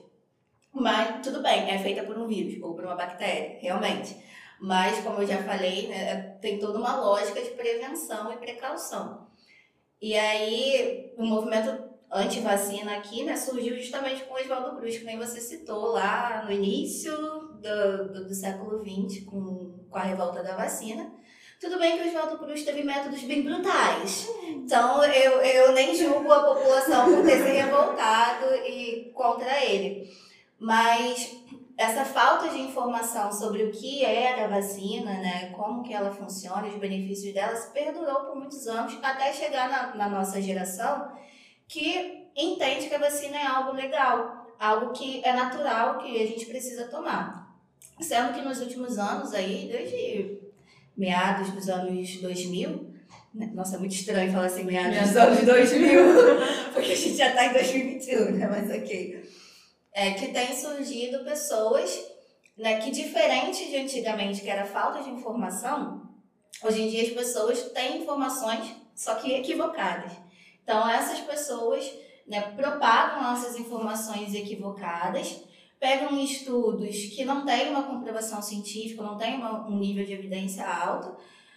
Mas tudo bem, é feita por um vírus ou por uma bactéria, realmente. Mas, como eu já falei, né, tem toda uma lógica de prevenção e precaução. E aí, o movimento anti-vacina aqui, né, surgiu justamente com o Oswaldo Cruz, que nem você citou lá no início do, do, do século vinte, com, com a revolta da vacina. Tudo bem que o Oswaldo Cruz teve métodos bem brutais, então eu, eu nem julgo a população por ter se revoltado e contra ele. Mas essa falta de informação sobre o que era a vacina, né, como que ela funciona, os benefícios dela, se perdurou por muitos anos, até chegar na, na nossa geração, que entende que a vacina é algo legal, algo que é natural, que a gente precisa tomar. Sendo que nos últimos anos, aí, desde meados dos anos dois mil, né? Nossa, é muito estranho falar assim, meados dos anos dois mil, porque a gente já está em dois mil e vinte e um, né? Mas ok. É que tem surgido pessoas, né, que diferente de antigamente, que era falta de informação, hoje em dia as pessoas têm informações, só que equivocadas. Então, essas pessoas, né, propagam essas informações equivocadas, pegam estudos que não têm uma comprovação científica, não têm uma, um nível de evidência alto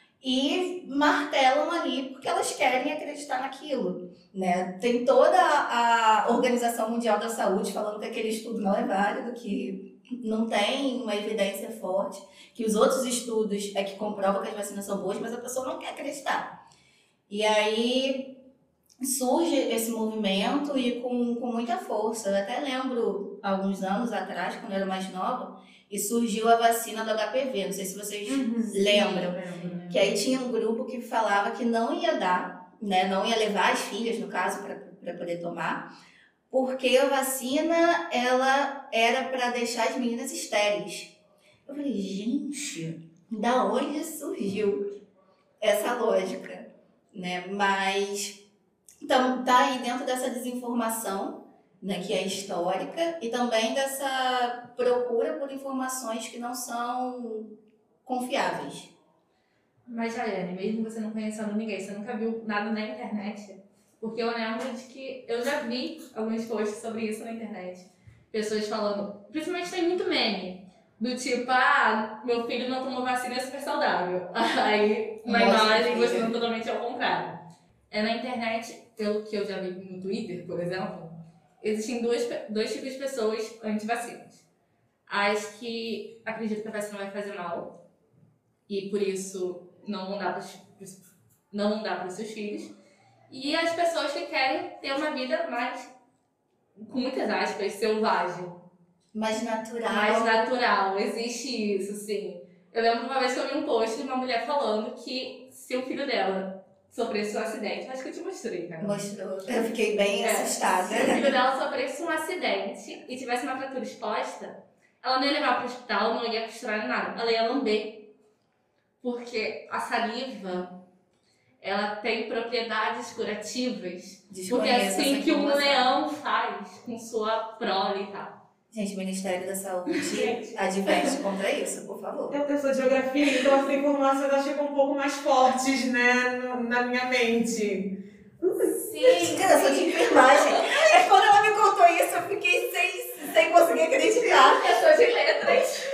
e martelam ali porque elas querem acreditar naquilo, né? Tem toda a Organização Mundial da Saúde falando que aquele estudo não é válido, que não tem uma evidência forte, que os outros estudos é que comprovam que as vacinas são boas, mas a pessoa não quer acreditar. E aí surge esse movimento e com, com muita força. Eu até lembro, alguns anos atrás, quando eu era mais nova, e surgiu a vacina do H P V. Não sei se vocês uhum, lembram. Sim, que aí tinha um grupo que falava que não ia dar, né, não ia levar as filhas, no caso, para poder tomar, porque a vacina ela era para deixar as meninas estéreis. Eu falei, gente, da onde surgiu essa lógica? Né? Mas... Então, tá aí dentro dessa desinformação, né, que é histórica, e também dessa procura por informações que não são confiáveis. Mas, Jaiane, mesmo você não conhecendo ninguém, você nunca viu nada na internet? Porque eu lembro de que eu já vi alguns posts sobre isso na internet. Pessoas falando, principalmente tem muito meme, do tipo, ah, meu filho não tomou vacina, é super saudável. Aí, na imagem, mostrando totalmente ao contrário. É, na internet, pelo que eu já vi no Twitter, por exemplo, existem dois, dois tipos de pessoas anti-vacinas. As que acreditam que a vacina vai fazer mal e, por isso, não vão dar para os não vão dar para os seus filhos. E as pessoas que querem ter uma vida mais, com muitas aspas, selvagem. Mais natural. Mais natural. Existe isso, sim. Eu lembro uma vez que eu vi um post de uma mulher falando que se o filho dela sofresse um acidente, acho que eu te mostrei, cara. Mostrou. Eu fiquei bem é, assustada. Se o filho dela sofresse um acidente e tivesse uma fratura exposta, ela não ia levar para o hospital, não ia costurar nada. Ela ia lamber. Porque a saliva, ela tem propriedades curativas. Porque é assim que um leão faz com sua prole e tal. Gente, o Ministério da Saúde adverte contra isso, por favor. Eu, eu sou de geografia, então as informações chegam um pouco mais fortes, né, no, na minha mente. Sim, eu sou de enfermagem. É, quando ela me contou isso, eu fiquei sem, sem conseguir acreditar. Eu sou de letras.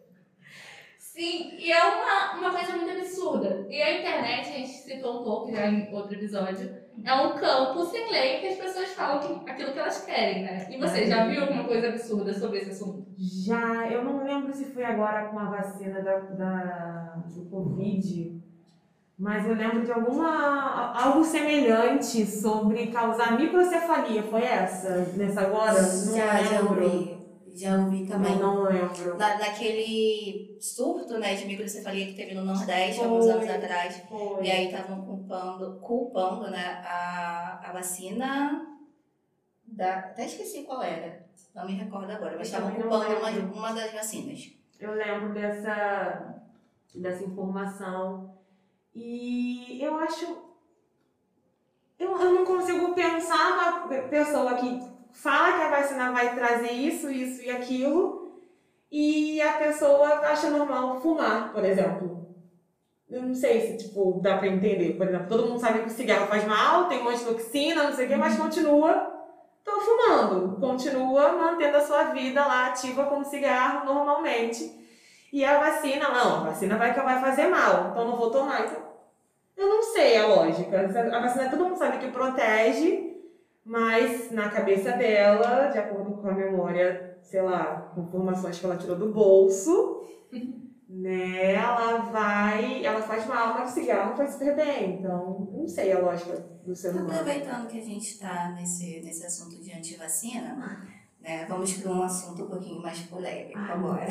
Sim, e é uma, uma coisa muito absurda. E a internet, a gente citou um pouco já em outro episódio, é um campo sem lei que as pessoas falam aquilo que elas querem, né? E você já viu alguma coisa absurda sobre esse assunto? Já, eu não lembro se foi agora com a vacina da, da, do Covid, mas eu lembro de alguma, algo semelhante sobre causar microcefalia. Foi essa? Nessa agora? Não já, lembro. Já ouvi. Já ouvi também. Não, não lembro. Na, naquele surto, né, de microcefalia que teve no Nordeste, foi, alguns anos atrás. Foi. E aí estavam culpando, culpando, né, a, a vacina da... Até esqueci qual era. Não me recordo agora, mas estavam culpando uma, uma das vacinas. Eu lembro dessa... dessa informação. E eu acho... Eu, eu não consigo pensar uma pessoa que fala que a vacina vai trazer isso, isso e aquilo, e a pessoa acha normal fumar, por exemplo. Eu não sei se, tipo, dá pra entender. Por exemplo, todo mundo sabe que o cigarro faz mal, tem um monte de toxina, não sei o quê, mas continua tô fumando. Continua mantendo a sua vida lá ativa como cigarro normalmente. E a vacina, não, a vacina vai, vai fazer mal, então não vou tomar. Então, eu não sei a lógica. A vacina todo mundo sabe que protege, mas na cabeça dela, de acordo com a memória, sei lá, com informações que ela tirou do bolso, né, ela vai, ela faz mal, mas o cigarro faz super bem. Então, não sei a lógica do ser humano. Aproveitando que a gente está nesse, nesse assunto de antivacina, né, vamos para um assunto um pouquinho mais polêmico agora.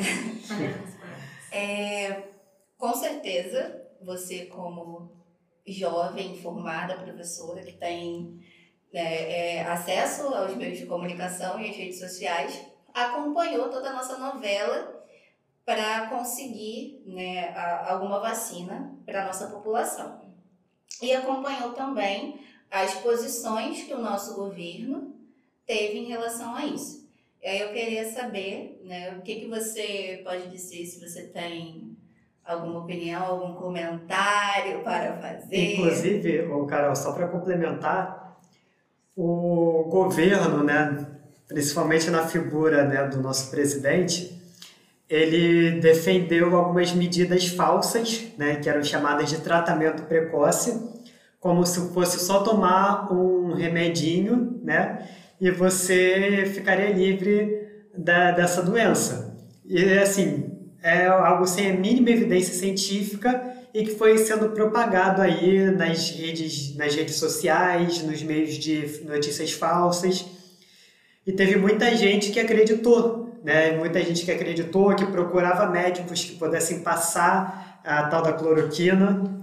É, com certeza, você como jovem, formada, professora, que tem é, é, acesso aos meios de comunicação e às redes sociais, acompanhou toda a nossa novela para conseguir, né, a, alguma vacina para a nossa população. E acompanhou também as posições que o nosso governo teve em relação a isso. E aí eu queria saber, né, o que, que você pode dizer, se você tem alguma opinião, algum comentário para fazer. Inclusive, ô Carol, só para complementar, o governo, né, principalmente na figura, né, do nosso presidente, ele defendeu algumas medidas falsas, né, que eram chamadas de tratamento precoce, como se fosse só tomar um remedinho, né, e você ficaria livre da, dessa doença. E, assim, é algo sem a mínima evidência científica e que foi sendo propagado aí nas redes, nas redes sociais, nos meios de notícias falsas. E teve muita gente que acreditou, né? Muita gente que acreditou, que procurava médicos que pudessem passar a tal da cloroquina.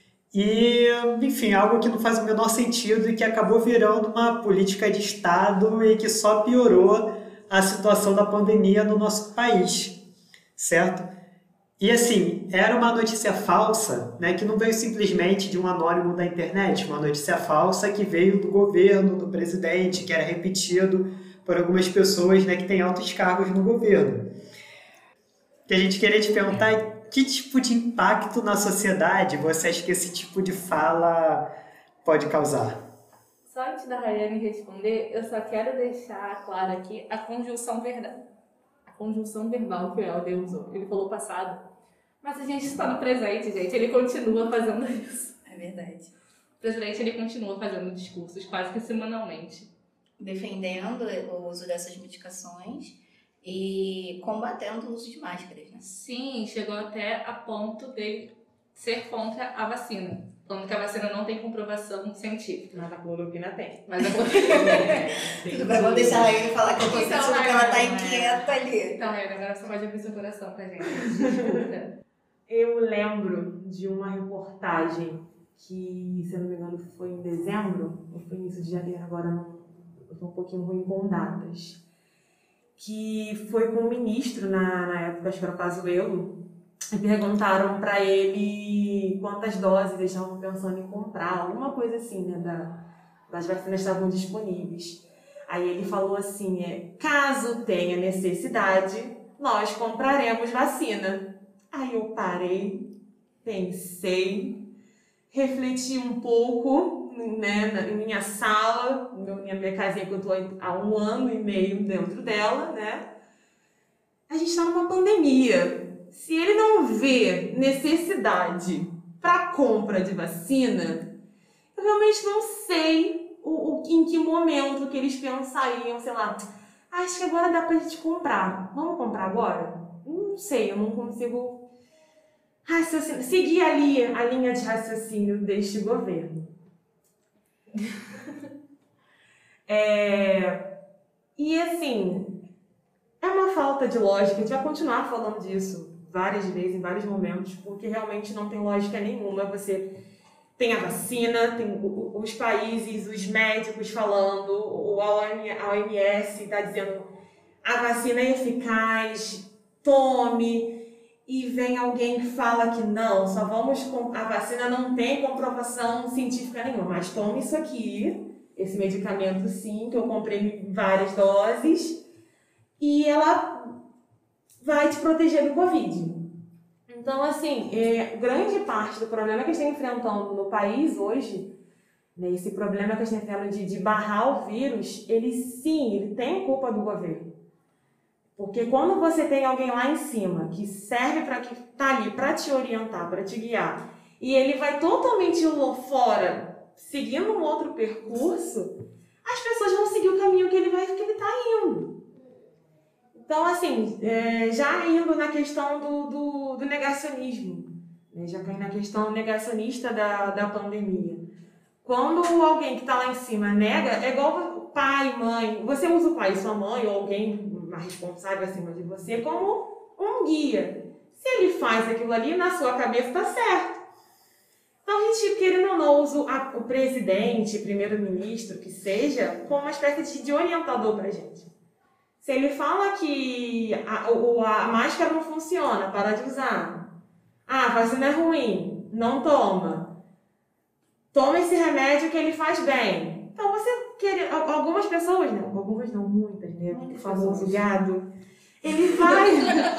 E, enfim, algo que não faz o menor sentido e que acabou virando uma política de Estado e que só piorou a situação da pandemia no nosso país, certo? E, assim, era uma notícia falsa, né, que não veio simplesmente de um anônimo da internet, uma notícia falsa que veio do governo, do presidente, que era repetido por algumas pessoas, né, que têm altos cargos no governo. Que a gente queria te perguntar, que tipo de impacto na sociedade você acha que esse tipo de fala pode causar? Só antes da Rayane responder, eu só quero deixar claro aqui a conjunção verdade. A conjunção verbal que o Helder usou. Ele falou passado, mas a gente está no presente, gente. Ele continua fazendo isso. É verdade. O presidente, ele continua fazendo discursos quase que semanalmente. Defendendo o uso dessas medicações e combatendo o uso de máscaras, né? Sim, chegou até a ponto dele ser contra a vacina. Falando que a vacina não tem comprovação científica. Mas a cloroquina tem. Mas a cloroquina Tudo bem, vamos deixar a Raine falar que eu tô Então, sentindo que ela tá Raine, inquieta ali. Então, Raine, agora você pode abrir seu coração pra gente. Desculpa. Eu lembro de uma reportagem que, se eu não me engano, foi em dezembro, ou foi início de janeiro, agora não, eu tô um pouquinho ruim com datas, que foi com o ministro, na, na época, acho que era o Pazuello, e perguntaram para ele quantas doses eles estavam pensando em comprar, alguma coisa assim, né, da, das vacinas estavam disponíveis. Aí ele falou assim, é, caso tenha necessidade, nós compraremos vacina. Aí eu parei, pensei, refleti um pouco, né, na minha sala, na minha casinha que eu estou há um ano e meio dentro dela, né? A gente está numa pandemia. Se ele não vê necessidade para compra de vacina, eu realmente não sei o, o, em que momento que eles pensariam, sei lá, acho que agora dá pra gente comprar. Vamos comprar agora? Não sei, eu não consigo raciocínio, seguir ali a linha de raciocínio deste governo. é, e assim, é uma falta de lógica, a gente vai continuar falando disso várias vezes, em vários momentos, porque realmente não tem lógica nenhuma. Você tem a vacina, tem os países, os médicos falando, a O M S está dizendo a vacina é eficaz, tome. e vem alguém que fala que não, só vamos com... a vacina não tem comprovação científica nenhuma, mas tome isso aqui, esse medicamento sim, que eu comprei várias doses, e ela vai te proteger do Covid. Então, assim, é, grande parte do problema que a gente está enfrentando no país hoje, né, esse problema que a gente está tendo de, de barrar o vírus, ele sim, ele tem culpa do governo. Porque quando você tem alguém lá em cima que serve para que tá ali para te orientar, para te guiar, e ele vai totalmente fora, seguindo um outro percurso, as pessoas vão seguir o caminho que ele vai, que ele tá indo. Então, assim, é, já indo na questão do, do, do negacionismo, né, já caindo na questão negacionista da, da pandemia. Quando alguém que está lá em cima nega, é igual pai, mãe. Você usa o pai, sua mãe ou alguém mais responsável acima de você como um guia. Se ele faz aquilo ali, na sua cabeça está certo. Então a gente, querendo ou não, usa a, o presidente, primeiro-ministro, que seja, como uma espécie de, de orientador para a gente. Se ele fala que a, a, a máscara não funciona, para de usar. Ah, a vacina é ruim, não toma. Toma esse remédio que ele faz bem. Então você quer, algumas pessoas, não, algumas não, muitas, né? O famoso gado. Ele vai,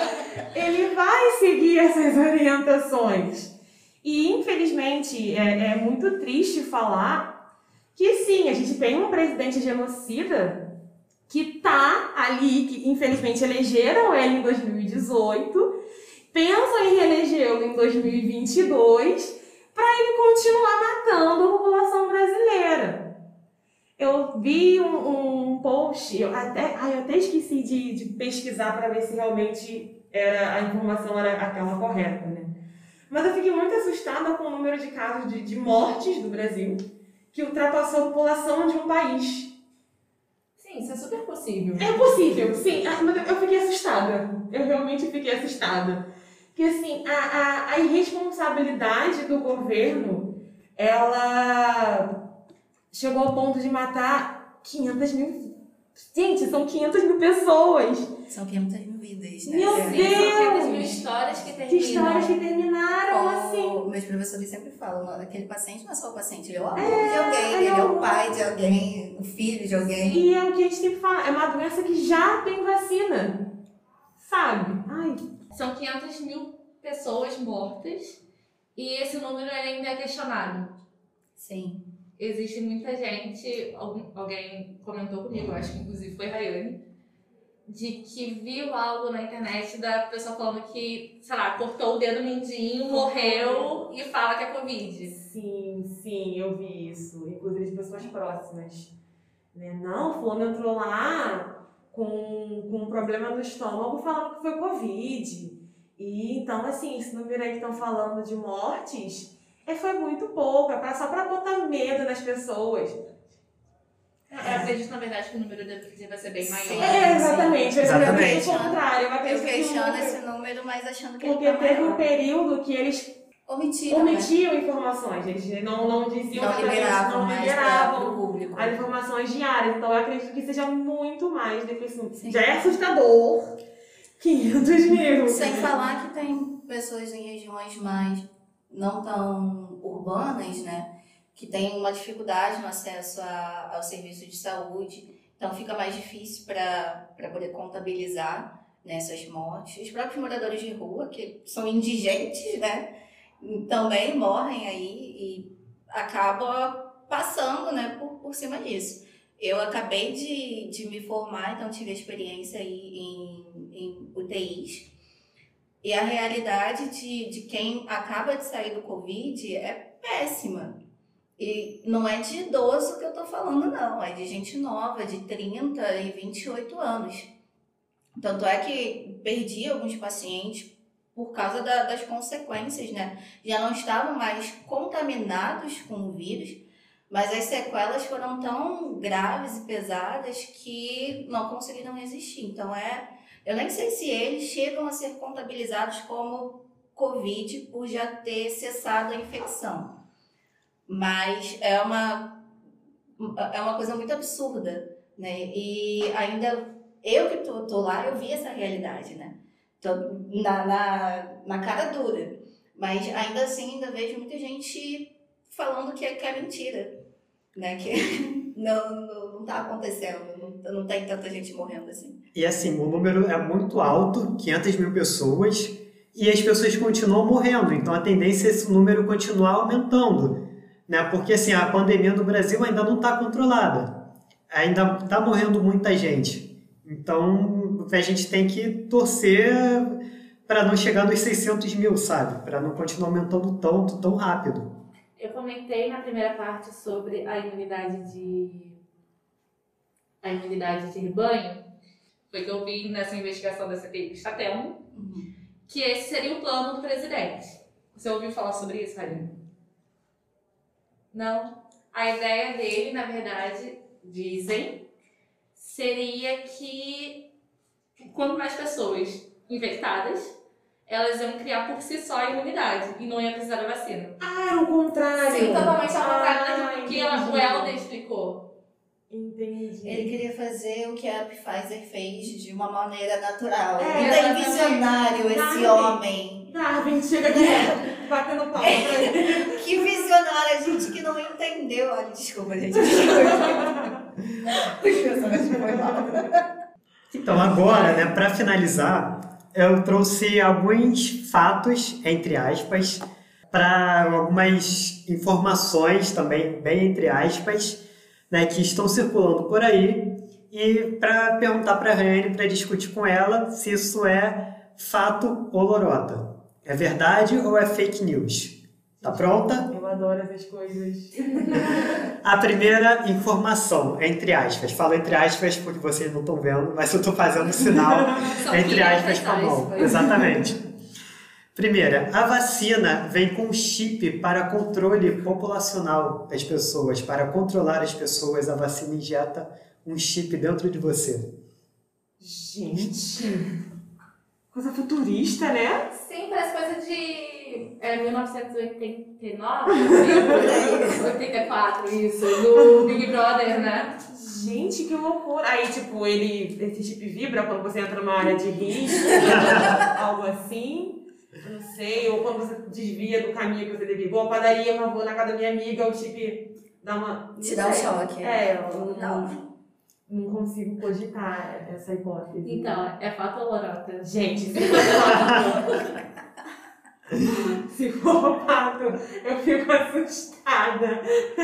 ele vai seguir essas orientações. E infelizmente é, é muito triste falar que sim, a gente tem um presidente genocida que tá ali, que infelizmente elegeram ele em dois mil e dezoito, pensam em reelegê-lo em dois mil e vinte e dois para ele continuar matando a população brasileira. Eu vi um, um post, eu até, ai, eu até esqueci de, de pesquisar para ver se realmente era, a informação era aquela correta, né? Mas eu fiquei muito assustada com o número de casos de, de mortes do Brasil, que ultrapassou a população de um país. Sim, isso é super possível. É possível, sim, mas eu fiquei assustada. Eu realmente fiquei assustada. Porque, assim, a, a, a irresponsabilidade do governo, ela chegou ao ponto de matar quinhentas mil... Gente, são quinhentas mil pessoas. São quinhentas mil vidas, né? Meu é. Deus! São quinhentas mil histórias que terminam. Que histórias que terminaram, Como assim. meus professores sempre falam, aquele paciente não é só o paciente, ele é o avô É, de alguém, ele ele é é o- o pai de alguém, o filho de alguém. E é o que a gente sempre fala, é uma doença que já tem vacina. Sabe? Ai, São quinhentas mil pessoas mortas e esse número ainda é questionado. Sim. Existe muita gente, algum- alguém comentou comigo, eu acho que inclusive foi a Rayane, de que viu algo na internet da pessoa falando que, sei lá, cortou o dedo mindinho, morreu e fala que é Covid. sim, sim, eu vi isso. Inclusive de pessoas próximas. Né? Não, fulano entrou lá com, com um problema no estômago falando que foi Covid. E então, assim, esse número aí que estão falando de mortes é, foi muito pouco, é pra, só para botar medo nas pessoas. Eu acredito, na verdade, que o número deve ser bem maior. Sim. É, exatamente. Eu Exatamente. acredito o contrário. Eu Eu acredito que o questiono número- esse número, mas achando que Porque ele tá teve um maior. período que eles Omitiram, né? omitiam informações, eles não, não diziam Não exatamente, liberavam não mais liberavam para o público. as informações diárias. Então eu acredito que seja muito mais do que isso. Sim. Já é assustador. quinhentos mil. Sem falar que tem pessoas em regiões mais não tão urbanas, né? Que tem uma dificuldade no acesso a, ao serviço de saúde. Então fica mais difícil para poder contabilizar, né, essas mortes. Os próprios moradores de rua, que são indigentes, né? Também morrem aí e acaba passando, né, por, por cima disso. Eu acabei de, de me formar, então tive experiência aí em, em U T Is. E a realidade de, de quem acaba de sair do Covid é péssima. E não é de idoso que eu tô falando, não. É de gente nova, de trinta e vinte e oito anos. Tanto é que perdi alguns pacientes por causa da, das consequências, né? Já não estavam mais contaminados com o vírus, mas as sequelas foram tão graves e pesadas que não conseguiram resistir. Então, é, eu nem sei se eles chegam a ser contabilizados como Covid por já ter cessado a infecção. Mas é uma, é uma coisa muito absurda, né? E ainda eu que tô, tô lá, eu vi essa realidade, né? na, na, na cara dura. Mas ainda assim, ainda vejo muita gente falando que é, que é mentira, né? Que não, não, não tá acontecendo, não, não tem tanta gente morrendo assim. E assim, o número é muito alto, quinhentas mil pessoas, e as pessoas continuam morrendo. Então a tendência é esse número continuar aumentando, né? Porque assim, a pandemia no Brasil ainda não está controlada. Ainda está morrendo muita gente. Então a gente tem que torcer para não chegar nos seiscentos mil, sabe? Para não continuar aumentando tanto, tão rápido. Eu comentei na primeira parte sobre a imunidade de a imunidade de rebanho. Foi que eu vi nessa investigação da C P I que está tendo, Uhum. que esse seria o plano do presidente. Você ouviu falar sobre isso, Karine? Não? A ideia dele, na verdade, dizem, seria que quanto mais pessoas infectadas, elas iam criar por si só a imunidade e não ia precisar da vacina. Ah, é o contrário. Sim, totalmente ao contrário Ah, do que ela, o Helder explicou. Entendi. Ele queria fazer o que a Pfizer fez de uma maneira natural. É, Ele é visionário, esse Darwin. homem. Darwin, chega aqui batendo palma pra ele. Que visionário, a gente que não entendeu. Olha, desculpa, gente. Desculpa. Os personagens foi mal. Então agora, né, para finalizar, eu trouxe alguns fatos, entre aspas, para algumas informações também, bem entre aspas, né, que estão circulando por aí, e para perguntar para a Rayane, para discutir com ela se isso é fato ou lorota. É verdade ou é fake news? Tá pronta? Eu adoro essas coisas. A primeira informação, entre aspas. Falo entre aspas porque vocês não estão vendo, mas eu estou fazendo sinal São entre aspas quinhentas com a mão. aspas. Exatamente. Primeira, a vacina vem com chip para controle populacional das pessoas. Para controlar as pessoas, a vacina injeta um chip dentro de você. Gente, coisa futurista, né? Sim, parece coisa de é, mil novecentos e oitenta e nove, oitenta e quatro, isso, do Big Brother, né? Gente, que loucura. Aí, tipo, ele, esse chip vibra quando você entra numa área de risco, algo assim. Eu não sei, ou quando você desvia do caminho que você devia. Vou à padaria, mas vou na casa da minha amiga, o chip dá uma... Te dá um choque. É, eu Não. não, não consigo cogitar essa hipótese. Então, é fato ou lorota? Gente, se for fato, se for fato, eu fico assustada.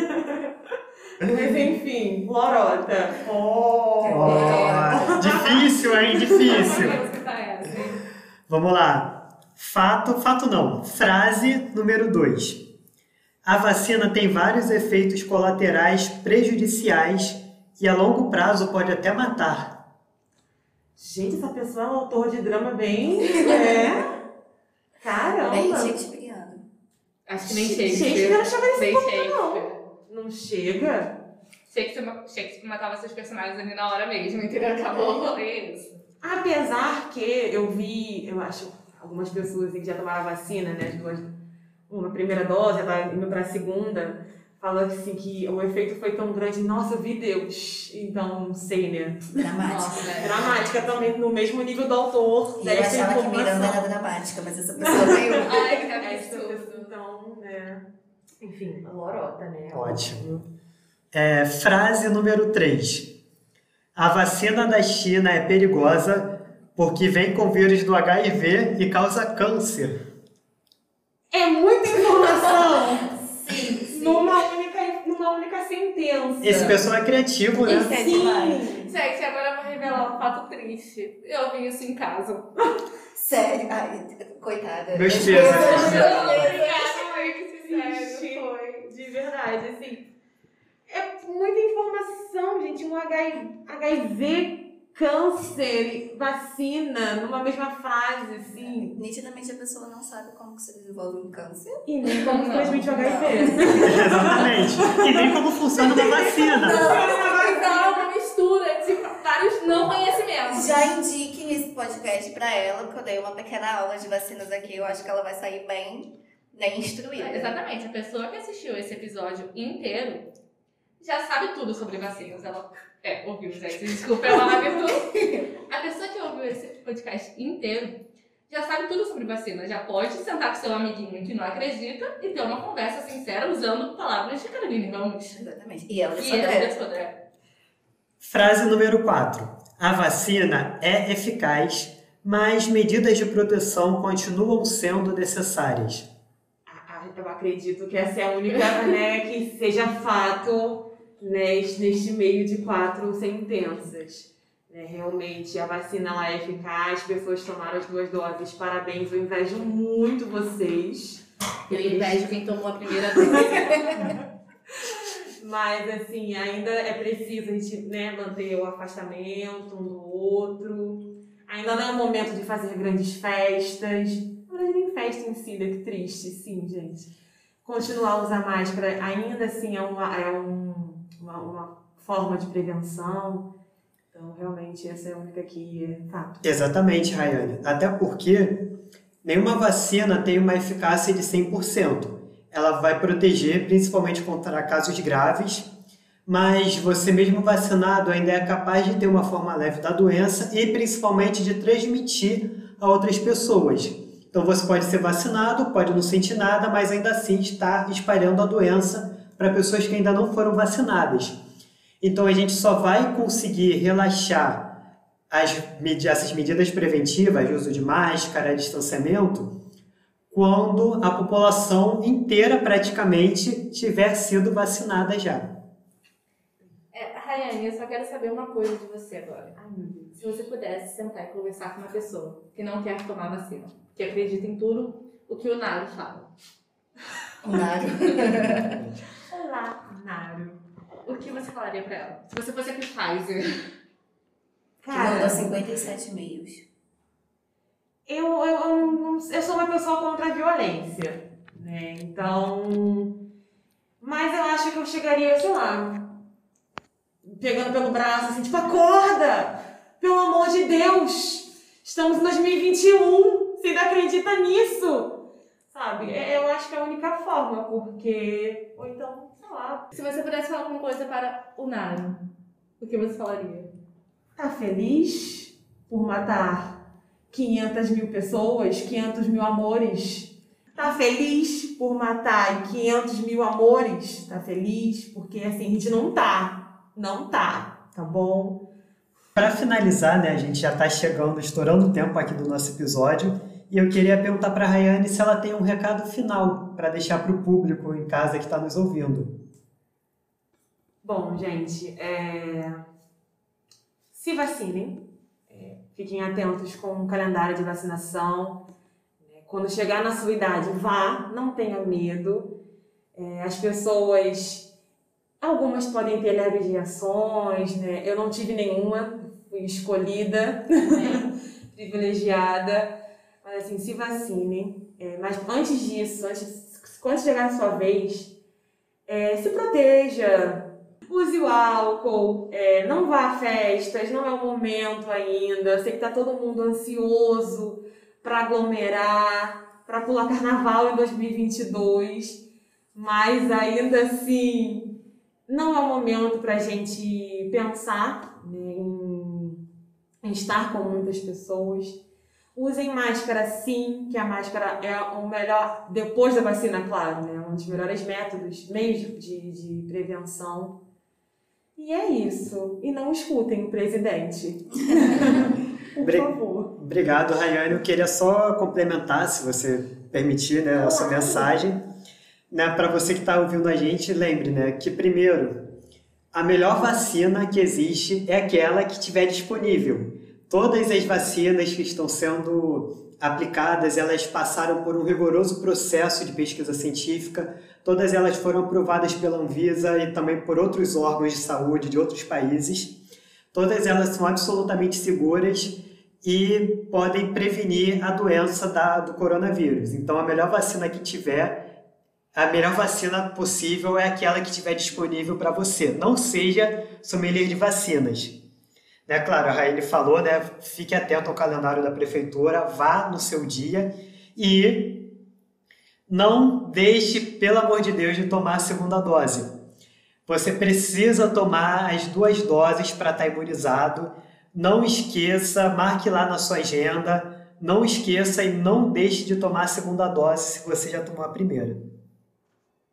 Mas enfim, lorota. Oh. Oh, difícil, hein? Difícil. Vamos escutar essa. Vamos lá. Fato, fato não. Frase número dois. A vacina tem vários efeitos colaterais prejudiciais e a longo prazo pode até matar. Gente, essa pessoa é um autor de drama bem... É... Caramba. Bem shakespeariano. Acho que nem Shakespeare Shakespeare. não chega nesse Nem ponto, Shakespeare. Não chega? Shakespeare, Shakespeare matava seus personagens ali na hora mesmo, entendeu? Acabou o rolê, isso. Apesar que eu vi, eu acho, algumas pessoas que já tomaram a vacina, né, as duas, uma primeira dose, ela indo para a segunda, falando assim que o efeito foi tão grande, nossa, eu vi Deus. Então, não sei, né? Dramática. Nossa, velho. Dramática também, no mesmo nível do autor. E eu dessa achava que Miranda informação. era dramática, mas essa pessoa veio. Ai, que Essa absurdo. pessoa, então, né? Enfim, a lorota, né? Ótimo. É, frase número três. A vacina da China é perigosa porque vem com vírus do H I V e causa câncer. É muita informação Sim, sim. numa única, numa única sentença. Esse pessoal é criativo, né? Isso é demais. Gente, agora eu vou revelar um fato triste. Eu vi isso em casa. Sério. Ai, coitada. Meus Meus pesos. pesos. Obrigada, muito Gente, sério. foi, de verdade, assim. É muita informação, gente. Um H I V, câncer, vacina, numa mesma frase, assim. Nitidamente a pessoa não sabe como que se desenvolve um câncer. E nem como Não, transmite o não. H I V. Exatamente. E nem como funciona uma vacina. Então é uma mistura de vários não conhecimentos. Já indiquem esse podcast pra ela, porque eu dei uma pequena aula de vacinas aqui. Eu acho que ela vai sair bem, bem instruída. Exatamente, a pessoa que assistiu esse episódio inteiro já sabe tudo sobre vacinas. Ela é, ouviu, gente, desculpa, ela sabe tudo. A pessoa que ouviu esse podcast inteiro já sabe tudo sobre vacina, já pode sentar com seu amiguinho que não acredita e ter uma conversa sincera usando palavras de Caroline Ramos. Exatamente. E Helder E Helder Sodré. Sodré. Frase número quatro. A vacina é eficaz, mas medidas de proteção continuam sendo necessárias. Eu acredito que essa é a única, né, que seja fato, né, neste meio de quatro sentenças. Né, realmente, a vacina lá é eficaz, as pessoas tomaram as duas doses, parabéns, eu invejo muito vocês. Eu invejo quem tomou a primeira dose. Mas, assim, ainda é preciso a gente, né, manter o afastamento um do outro. Ainda não é o momento de fazer grandes festas. Não é nem festa em si, né? Que triste, sim, gente. Continuar a usar máscara ainda assim é uma, é um, uma, uma forma de prevenção. Então, realmente, essa é a única que é fato. Exatamente, Rayane. Até porque nenhuma vacina tem uma eficácia de cem por cento. Ela vai proteger principalmente contra casos graves, mas você mesmo vacinado ainda é capaz de ter uma forma leve da doença e principalmente de transmitir a outras pessoas. Então você pode ser vacinado, pode não sentir nada, mas ainda assim está espalhando a doença para pessoas que ainda não foram vacinadas. Então a gente só vai conseguir relaxar as, essas medidas preventivas, uso de máscara, distanciamento, quando a população inteira praticamente tiver sido vacinada já. É, Rayane, eu só quero saber uma coisa de você agora. Ai, meu Deus. Se você pudesse sentar e conversar com uma pessoa que não quer tomar vacina, que acredita em tudo o que o Naro fala. O Naro. Olá, Naro. O que você falaria pra ela? Se você fosse a Pfizer. Que mandou cinquenta e sete e-mails. Eu, eu, eu, eu sou uma pessoa contra a violência, né? Então... Mas eu acho que eu chegaria, sei lá, pegando pelo braço, assim, tipo, acorda! Pelo amor de Deus! Estamos em dois mil e vinte e um! Você ainda acredita nisso? Sabe? Eu acho que é a única forma, porque... Ou então, sei lá... Se você pudesse falar alguma coisa para o Naro, o que você falaria? Tá feliz por matar quinhentas mil pessoas, quinhentos mil amores? Tá feliz por matar quinhentos mil amores? Tá feliz? Porque assim, a gente não tá. Não tá, tá bom? Para finalizar, né, a gente já está chegando, estourando o tempo aqui do nosso episódio, e eu queria perguntar para a Rayane se ela tem um recado final para deixar para o público em casa que está nos ouvindo. Bom, gente, é... se vacinem. Fiquem atentos com o calendário de vacinação. Quando chegar na sua idade, vá, não tenha medo. É, as pessoas, algumas podem ter leves reações, né? Eu não tive nenhuma, fui escolhida, privilegiada. Mas assim, se vacinem. É, mas antes disso, antes, quando chegar a sua vez, é, se proteja. Use o álcool, é, não vá a festas, não é o momento ainda. Eu sei que tá todo mundo ansioso para aglomerar, para pular carnaval em dois mil e vinte e dois, mas ainda assim não é o momento para a gente pensar, né, em, em estar com muitas pessoas. Usem máscara sim, que a máscara é o melhor, depois da vacina, claro, né, um dos melhores métodos, meios de, de prevenção. E é isso. E não escutem o presidente. Por Obri- favor. Obrigado, Rayane. Eu queria só complementar, se você permitir, né, a sua Claro. mensagem. Né, para você que está ouvindo a gente, lembre, né, que primeiro, a melhor vacina que existe é aquela que estiver disponível. Todas as vacinas que estão sendo aplicadas, elas passaram por um rigoroso processo de pesquisa científica. Todas elas foram aprovadas pela Anvisa e também por outros órgãos de saúde de outros países. Todas elas são absolutamente seguras e podem prevenir a doença da, do coronavírus. Então, a melhor vacina que tiver, a melhor vacina possível é aquela que estiver disponível para você. Não seja sommelier de vacinas. Né, claro, a Rayane falou, né, fique atento ao calendário da prefeitura, vá no seu dia e não deixe, pelo amor de Deus, de tomar a segunda dose. Você precisa tomar as duas doses para estar imunizado. Não esqueça, marque lá na sua agenda, não esqueça e não deixe de tomar a segunda dose se você já tomou a primeira.